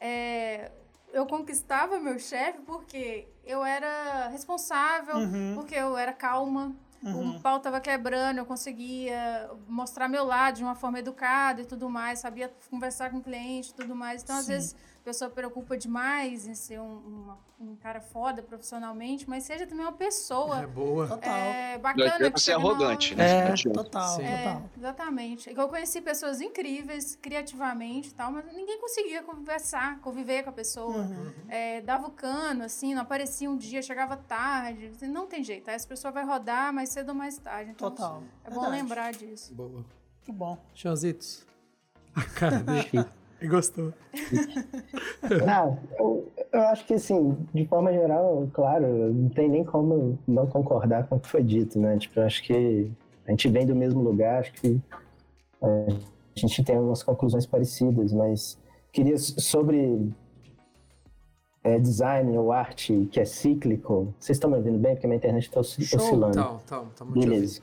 É, eu conquistava meu chefe porque eu era responsável, uhum. porque eu era calma, uhum. o pau tava quebrando, eu conseguia mostrar meu lado de uma forma educada e tudo mais, sabia conversar com o cliente e tudo mais. Então, Sim. às vezes, a pessoa preocupa demais em ser um, uma, um cara foda profissionalmente, mas seja também uma pessoa. É boa. Total. É, bacana. Não é ser arrogante, né? É, total, é, total. Exatamente. Eu conheci pessoas incríveis, criativamente e tal, mas ninguém conseguia conversar, conviver com a pessoa. Uhum. É, dava o cano, assim, não aparecia um dia, chegava tarde. Não tem jeito. Aí essa pessoa vai rodar mais cedo ou mais tarde. Então, total. É bom Verdade. lembrar disso. Boa. Que bom. Chãozitos. A cara dele. E gostou. Não, eu, eu acho que, assim, de forma geral, claro, não tem nem como não concordar com o que foi dito, né? Tipo, eu acho que a gente vem do mesmo lugar, acho que é, a gente tem umas conclusões parecidas, mas queria, sobre é, design ou arte que é cíclico, vocês estão me ouvindo bem? Porque a minha internet está oscilando. Tá, tá, tá muito Beleza.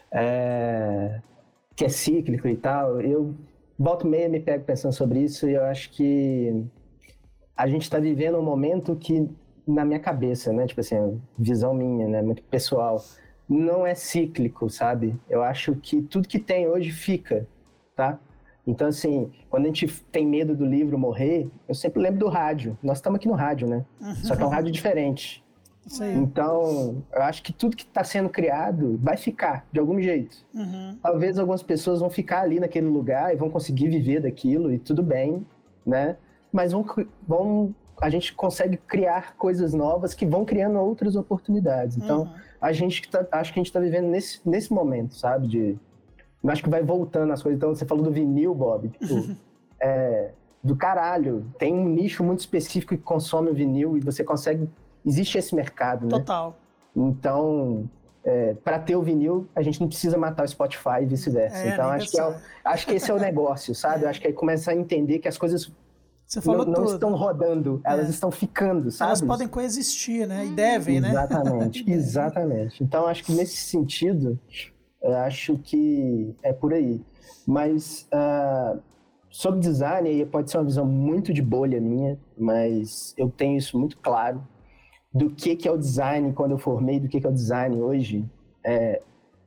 É, que é cíclico e tal, eu... Volta e meia me pego pensando sobre isso e eu acho que a gente está vivendo um momento que, na minha cabeça, né, tipo assim, visão minha, né, muito pessoal, não é cíclico, sabe? Eu acho que tudo que tem hoje fica, tá? Então, assim, quando a gente tem medo do livro morrer, eu sempre lembro do rádio. Nós estamos aqui no rádio, né? Uhum. Só que é um rádio diferente. Isso aí. Então, eu acho que tudo que está sendo criado vai ficar, de algum jeito. Uhum. Talvez algumas pessoas vão ficar ali naquele lugar e vão conseguir viver daquilo, e tudo bem, né? Mas vão, vão, a gente consegue criar coisas novas que vão criando outras oportunidades. Então, uhum. a gente tá, acho que a gente está vivendo nesse, nesse momento, sabe? De, eu acho que vai voltando as coisas. Então, você falou do vinil, Bob. Tipo, é, do caralho. Tem um nicho muito específico que consome o vinil e você consegue... Existe esse mercado, né? Total. Então, é, para ter o vinil, a gente não precisa matar o Spotify e vice-versa. É, então, acho que, é, acho que esse é o negócio, sabe? É. Acho que aí começa a entender que as coisas Você falou não, não estão rodando, elas é. estão ficando, sabe? Elas podem coexistir, né? E devem, né? Exatamente, exatamente. Então, acho que nesse sentido, eu acho que é por aí. Mas, uh, sobre design, aí pode ser uma visão muito de bolha minha, mas eu tenho isso muito claro. Do que, que é o design quando eu formei, do que, que é o design hoje, é,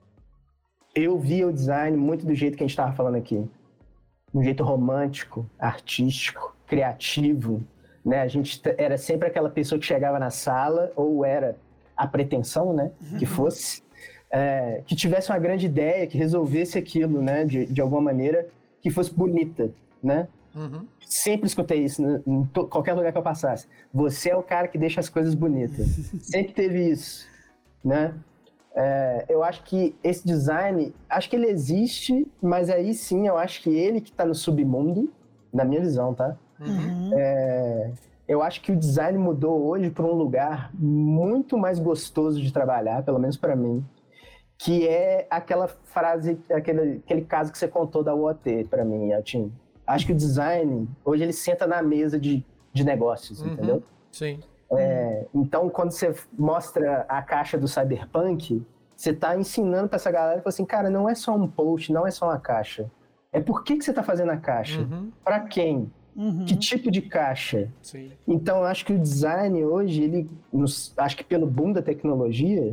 eu via o design muito do jeito que a gente estava falando aqui. Um jeito romântico, artístico, criativo, né? A gente era sempre aquela pessoa que chegava na sala, ou era a pretensão, né? Que fosse, é, que tivesse uma grande ideia, que resolvesse aquilo, né? De, de alguma maneira, que fosse bonita, né? Uhum. Sempre escutei isso né, em to- qualquer lugar que eu passasse. Você é o cara que deixa as coisas bonitas. Sempre teve isso, né? É, eu acho que esse design, acho que ele existe, mas aí sim eu acho que ele que está no submundo, na minha visão, tá? Uhum. É, eu acho que o design mudou hoje para um lugar muito mais gostoso de trabalhar, pelo menos para mim, que é aquela frase, aquele, aquele caso que você contou da U O T para mim, Eltinho. Acho que o design, hoje ele senta na mesa de, de negócios, Uhum. entendeu? Sim. É, então, quando você mostra a caixa do Cyberpunk, você está ensinando para essa galera, fala assim, cara, não é só um post, não é só uma caixa. É por que, que você está fazendo a caixa? Uhum. Para quem? Uhum. Que tipo de caixa? Sim. Então, eu acho que o design hoje, ele, nos, acho que pelo boom da tecnologia,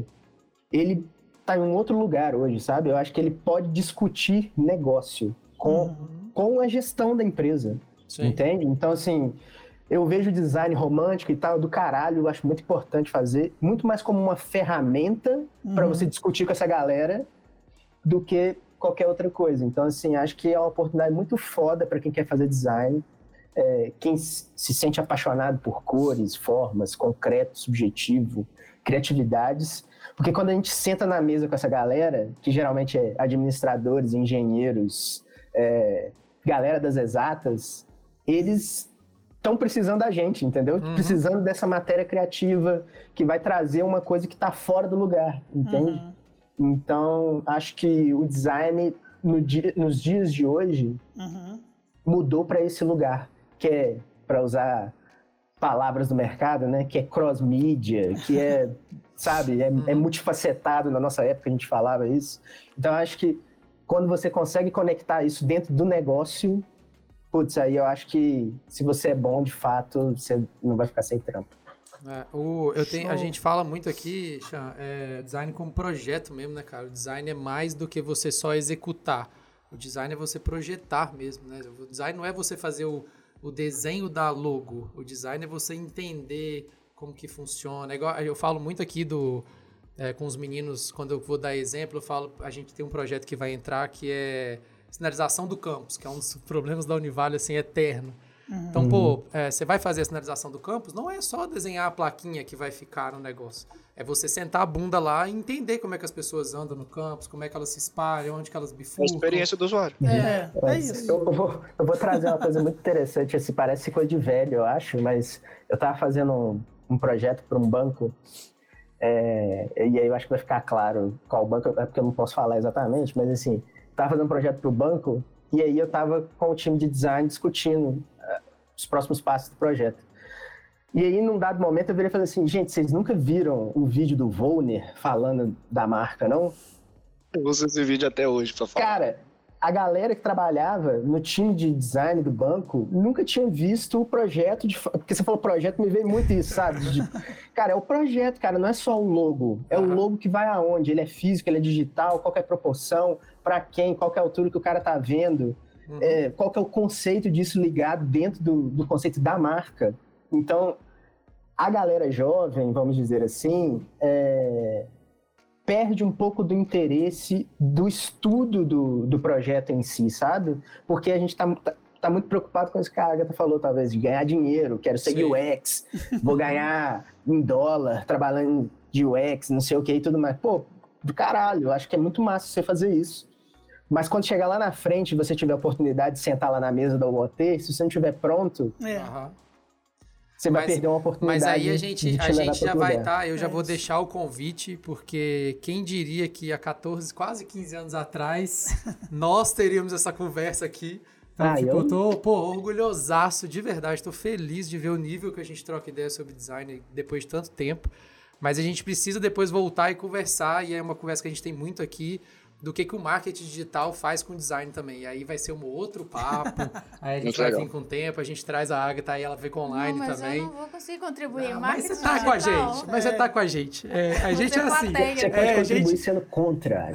ele está em um outro lugar hoje, sabe? Eu acho que ele pode discutir negócio com, Uhum. com a gestão da empresa, Sim. entende? Então, assim, eu vejo o design romântico e tal, do caralho, eu acho muito importante fazer, muito mais como uma ferramenta Uhum. para você discutir com essa galera do que qualquer outra coisa. Então, assim, acho que é uma oportunidade muito foda para quem quer fazer design, é, quem se sente apaixonado por cores, formas, concreto, subjetivo, criatividades, porque quando a gente senta na mesa com essa galera, que geralmente é administradores, engenheiros, é, galera das exatas, eles estão precisando da gente, entendeu? Uhum. Precisando dessa matéria criativa que vai trazer uma coisa que está fora do lugar, entende? Uhum. Então, acho que o design, no dia, nos dias de hoje, Uhum. mudou para esse lugar, que é, para usar palavras do mercado, né? Que é cross-mídia, que é, sabe, é, é multifacetado. Na nossa época a gente falava isso. Então, acho que quando você consegue conectar isso dentro do negócio, putz, aí eu acho que se você é bom de fato, você não vai ficar sem trampo. É, o, eu tenho, a Show. gente fala muito aqui, Chan, é, design como projeto mesmo, né, cara? O design é mais do que você só executar. O design é você projetar mesmo, né? O design não é você fazer o, o desenho da logo. O design é você entender como que funciona. É igual, eu falo muito aqui do, é, com os meninos, quando eu vou dar exemplo, eu falo, a gente tem um projeto que vai entrar que é sinalização do campus, que é um dos problemas da Univale, assim, eterno. Uhum. Então, pô, é, você vai fazer a sinalização do campus, não é só desenhar a plaquinha que vai ficar no negócio. É você sentar a bunda lá e entender como é que as pessoas andam no campus, como é que elas se espalham, onde que elas A bifurcam. experiência do usuário. É, é isso. Eu, eu vou, eu vou trazer uma coisa muito interessante, assim, parece coisa de velho, eu acho, mas eu tava fazendo um, um projeto para um banco, é, e aí eu acho que vai ficar claro qual banco, é porque eu não posso falar exatamente, mas assim, tava fazendo um projeto para o banco, e aí eu tava com o time de design discutindo uh, os próximos passos do projeto. E aí, num dado momento, eu virei e falei assim, gente, vocês nunca viram o vídeo do Volner falando da marca, não? Eu uso esse vídeo até hoje pra falar. Cara, a galera que trabalhava no time de design do banco nunca tinha visto o projeto de... Porque você falou projeto, me veio muito isso, sabe? De... Cara, é o projeto, cara, não é só o logo. É o logo que vai aonde? Ele é físico, ele é digital, qual que é a proporção, pra quem, qual que é a altura que o cara tá vendo, uhum. é, qual que é o conceito disso ligado dentro do, do conceito da marca. Então, a galera jovem, vamos dizer assim, é... perde um pouco do interesse do estudo do, do projeto em si, sabe? Porque a gente tá, tá, tá muito preocupado com isso que a Agatha falou, talvez, de ganhar dinheiro, quero ser Sim. U X, vou ganhar em dólar, trabalhando de U X, não sei o que e tudo mais. Pô, do caralho, eu acho que é muito massa você fazer isso. Mas quando chegar lá na frente e você tiver a oportunidade de sentar lá na mesa da U O T, se você não estiver pronto... É. Aham. Você vai mas, perder uma oportunidade. Mas aí a gente, a gente já vai estar, tá, eu já é vou isso. deixar o convite, porque quem diria que há quatorze, quase quinze anos atrás, nós teríamos essa conversa aqui. Então, ah, tipo, eu... eu tô, pô, orgulhosaço, de verdade, tô feliz de ver o nível que a gente troca ideia sobre design depois de tanto tempo. Mas a gente precisa depois voltar e conversar, e é uma conversa que a gente tem muito aqui, do que, que o marketing digital faz com o design também. E aí vai ser um outro papo. Aí a gente Muito vai legal. vir com o tempo, a gente traz a Agatha, aí ela vem com online não, mas também. eu não vou conseguir contribuir. Não, mas Marketing você tá com a digital, gente. Mas você tá com a gente. É, a gente é assim. plateia. Você É, pode a contribuir gente, sendo contra.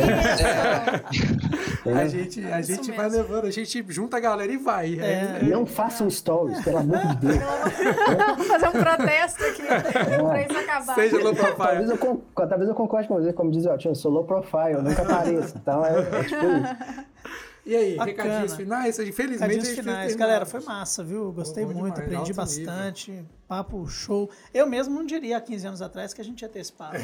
a gente, a gente vai mesmo. levando, a gente junta a galera e vai. É. É, Não façam stories, pelo amor de Deus. Vou fazer um protesto aqui pra isso acabar. Seja low profile. Talvez eu, con- talvez eu concorde com você, como diz o Altinho, eu sou low profile, eu nunca apareço. Então é, é tipo isso. E aí, Bacana. recadinhos finais? Infelizmente, Recadinhos a gente finais. fez Galera, foi massa, viu? Gostei Bom muito, demais, aprendi alto bastante. Papo show. Eu mesmo não diria há quinze anos atrás que a gente ia ter esse papo.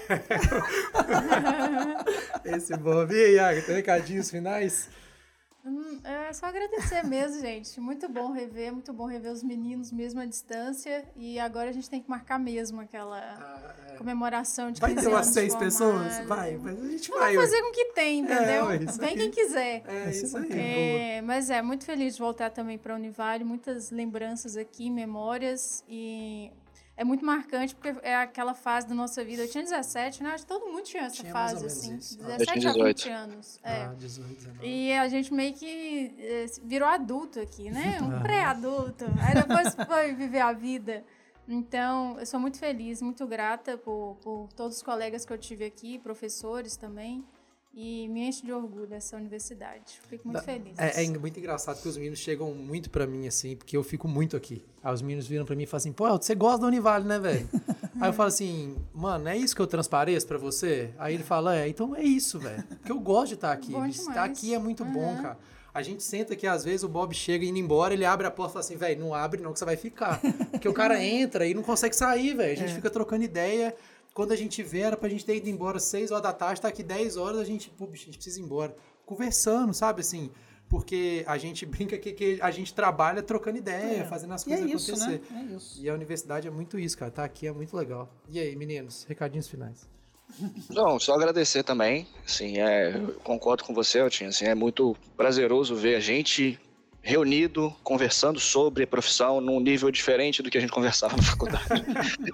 Esse bom. E aí, Agatha, recadinhos finais? Hum, É só agradecer mesmo, gente. Muito bom rever, muito bom rever os meninos mesmo à distância. E agora a gente tem que marcar mesmo aquela Ah, é. comemoração de Vai quinze ter umas anos seis formados. pessoas? Vai, mas a gente vai. Vamos fazer com que tem, entendeu? É, isso Vem aí. quem quiser. É isso aí. É, mas é, muito feliz de voltar também para a Univale, muitas lembranças aqui, memórias, e é muito marcante porque é aquela fase da nossa vida. Eu tinha dezessete, né? Acho que todo mundo tinha essa Tinha mais fase, ou menos assim, isso. dezessete Eu tinha a dezoito. vinte anos. É. Ah, dezoito, dezenove. E a gente meio que eh, virou adulto aqui, né? Um pré-adulto. Aí depois foi viver a vida. Então, eu sou muito feliz, muito grata por, por todos os colegas que eu tive aqui, professores também. E me enche de orgulho essa universidade. Fico muito Da- feliz. É, é muito engraçado que os meninos chegam muito pra mim, assim, porque eu fico muito aqui. Aí os meninos viram pra mim e falam assim, pô, você gosta da Univale, né, velho? Aí eu falo assim, mano, é isso que eu transpareço pra você? Aí ele fala, é, então é isso, velho. Porque eu gosto de estar aqui. Bom Estar demais. aqui é muito bom, Uhum. cara. A gente senta aqui, às vezes o Bob chega indo embora, ele abre a porta e fala assim, velho, não abre não que você vai ficar. Porque o cara entra e não consegue sair, velho. A gente É. fica trocando ideia. Quando a gente vê, era pra gente ter ido embora seis horas da tarde, tá aqui dez horas, a gente, pô, bicho, a gente precisa ir embora. Conversando, sabe, assim, porque a gente brinca que, que a gente trabalha trocando ideia, É. fazendo as E é coisas isso, acontecer. né? É isso. E a universidade é muito isso, cara, tá aqui é muito legal. E aí, meninos, recadinhos finais. Não, só agradecer também. Assim, é, eu concordo com você, Eltinho. Assim, é muito prazeroso ver a gente reunido, conversando sobre a profissão num nível diferente do que a gente conversava na faculdade.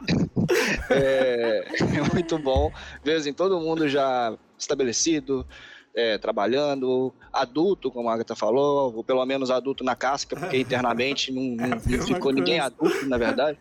é, é muito bom ver assim, todo mundo já estabelecido, é, trabalhando, adulto, como a Agatha falou, ou pelo menos adulto na casca, porque internamente não, não- não mesma ficou ninguém coisa. adulto, na verdade.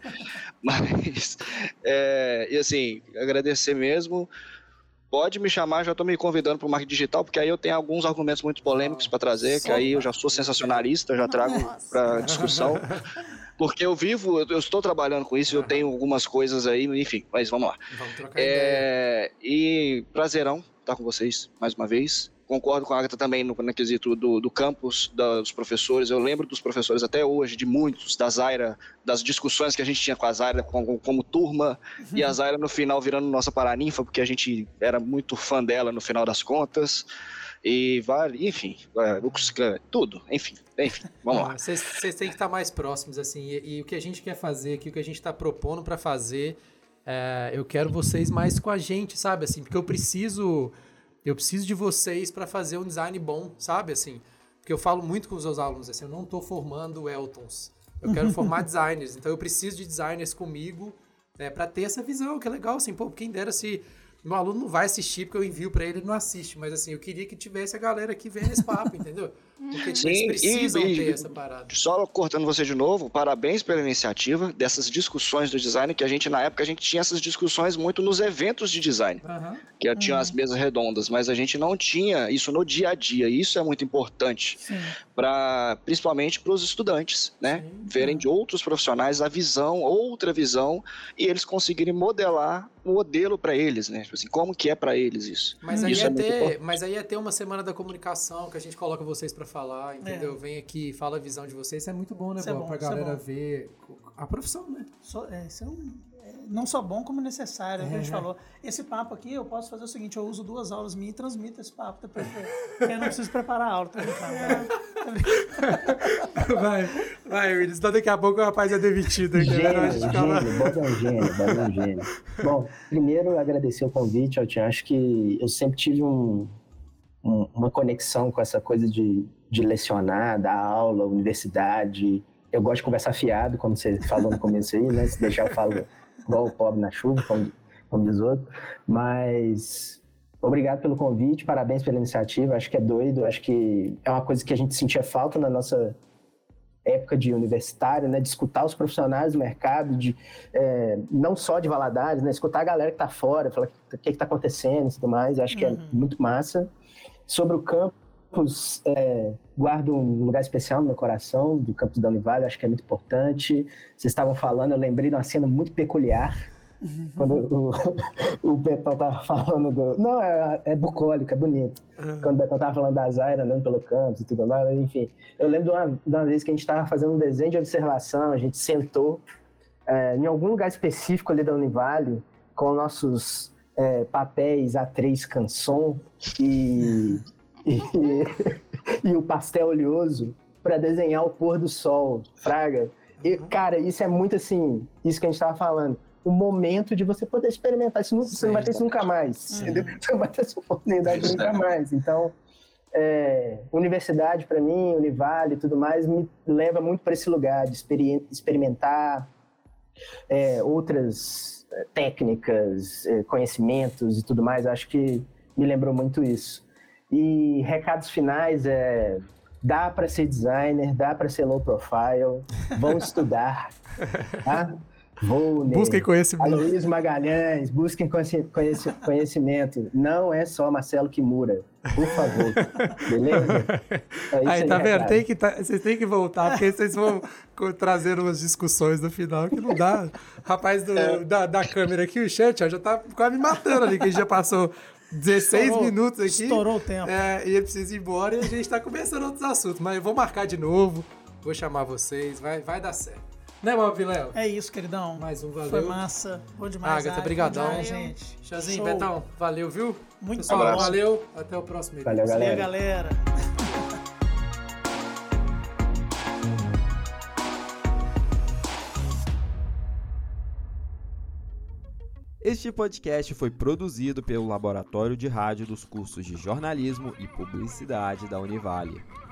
Mas, é, e assim, agradecer mesmo. Pode me chamar, já estou me convidando para o marketing digital, porque aí eu tenho alguns argumentos muito polêmicos para trazer, que aí eu já sou sensacionalista, já trago Nossa. para discussão. Porque eu vivo, eu eu estou trabalhando com isso, eu tenho algumas coisas aí, enfim, mas vamos lá. Vamos trocar ideia. É, e prazerão estar com vocês mais uma vez. Concordo com a Agatha também no, no quesito do, do campus, dos professores. Eu lembro dos professores até hoje, de muitos, da Zaira, das discussões que a gente tinha com a Zaira como, como turma, e a Zaira no final virando nossa paraninfa, porque a gente era muito fã dela no final das contas. E vale, enfim, é, Lucas, tudo, enfim, enfim, vamos lá. Ah, Vocês vocês têm que estar mais próximos, assim, e, e o que a gente quer fazer aqui, o que a gente está propondo para fazer, é, eu quero vocês mais com a gente, sabe, assim, porque eu preciso, eu preciso de vocês para fazer um design bom, sabe, assim, porque eu falo muito com os meus alunos, assim, eu não estou formando Eltons, eu quero formar designers, então eu preciso de designers comigo, né, para ter essa visão, que é legal, assim, pô, quem dera se meu aluno não vai assistir porque eu envio para ele, ele não assiste, mas assim, eu queria que tivesse a galera aqui vendo esse papo, entendeu? Porque Sim, eles precisam e- ter essa parada. Só cortando você de novo, parabéns pela iniciativa dessas discussões do design, que a gente, na época, a gente tinha essas discussões muito nos eventos de design, Aham. que tinha as mesas redondas, mas a gente não tinha isso no dia a dia, e isso é muito importante, Sim. pra, principalmente para os estudantes, né? Sim. Verem de outros profissionais a visão, outra visão, e eles conseguirem modelar um modelo para eles, né? Tipo assim, como que é para eles isso. Mas aí, isso ia é muito ter, importante. mas aí ia ter uma semana da comunicação que a gente coloca vocês pra falar, entendeu? Vem aqui, fala a visão de vocês. Isso é muito bom, né, Isso é Bob? bom, Pra isso é galera bom. ver a profissão, né? Só- é, isso é um- é não só bom como necessário, é o que a gente falou. Esse papo aqui, eu posso fazer o seguinte, eu uso duas aulas minhas e transmito esse papo depois. Eu não preciso preparar a aula, tá brincando? né? Vai, vai, Willis. Então daqui a pouco o rapaz é demitido. Aqui, né? A gente Gênio, fica lá. gênio, Bob é um gênio, Bob é um gênio. Bom, primeiro agradecer o convite, Eltinho. Acho que eu sempre tive um, um- uma conexão com essa coisa de, de lecionar, dar aula, universidade. Eu gosto de conversar fiado, como você falou no começo aí, né? Se deixar eu falo igual o pobre na chuva, como, como diz outro. Mas obrigado pelo convite, parabéns pela iniciativa. Acho que é doido, acho que é uma coisa que a gente sentia falta na nossa época de universitário, né, de escutar os profissionais do mercado, de, é, não só de Valadares, né, escutar a galera que está fora, falar o que está acontecendo e tudo mais, acho que é muito massa. Sobre o campus, é, guardo um lugar especial no meu coração, do campus da Univale, acho que é muito importante. Vocês estavam falando, eu lembrei de uma cena muito peculiar, Quando o, o Betão tava falando do... Não, é, é bucólico, é bonito. Uhum. Quando o Betão tava falando da Zaira andando pelo campo e tudo mais, enfim. Eu lembro de uma, de uma vez que a gente tava fazendo um desenho de observação, a gente sentou é, em algum lugar específico ali da Univale, com nossos é, papéis A três Canson e, e, e o pastel oleoso para desenhar o pôr do sol, fraga. E, cara, isso é muito assim, isso que a gente tava falando. O momento de você poder experimentar. Isso não, você não vai ter isso nunca mais. Uhum. Entendeu? Você não vai ter essa oportunidade nunca mais. Então, é, universidade, para mim, Univale e tudo mais, me leva muito para esse lugar de experi- experimentar é, outras técnicas, conhecimentos e tudo mais. Acho que me lembrou muito isso. E recados finais é... Dá para ser designer, dá para ser low profile, vão estudar, tá? Vôlei, busquem conhecimento. Aloysio Magalhães, busquem conheci- conhecimento. Não é só Marcelo Kimura, por favor. Beleza? É isso aí, aí, tá vendo? recado. Tem que tá, vocês têm que voltar, porque vocês vão trazer umas discussões no final que não dá. Rapaz do, é. da, da câmera aqui, o chat, ó, já tá quase me matando ali, que a gente já passou dezesseis estourou, minutos aqui. Estourou o tempo. É, e ele precisa ir embora e a gente tá começando outros assuntos. Mas eu vou marcar de novo, vou chamar vocês, vai, vai dar certo. Né, Mano Vilela? É isso, queridão. Mais um, valeu. Foi massa. Bom demais. Agatha, brigadão. Bom gente. Chazinho, Betão, valeu, viu? Muito Pessoal, bom. valeu. Até o próximo vídeo. Valeu, galera. Valeu, galera. Este podcast foi produzido pelo Laboratório de Rádio dos cursos de Jornalismo e Publicidade da Univale.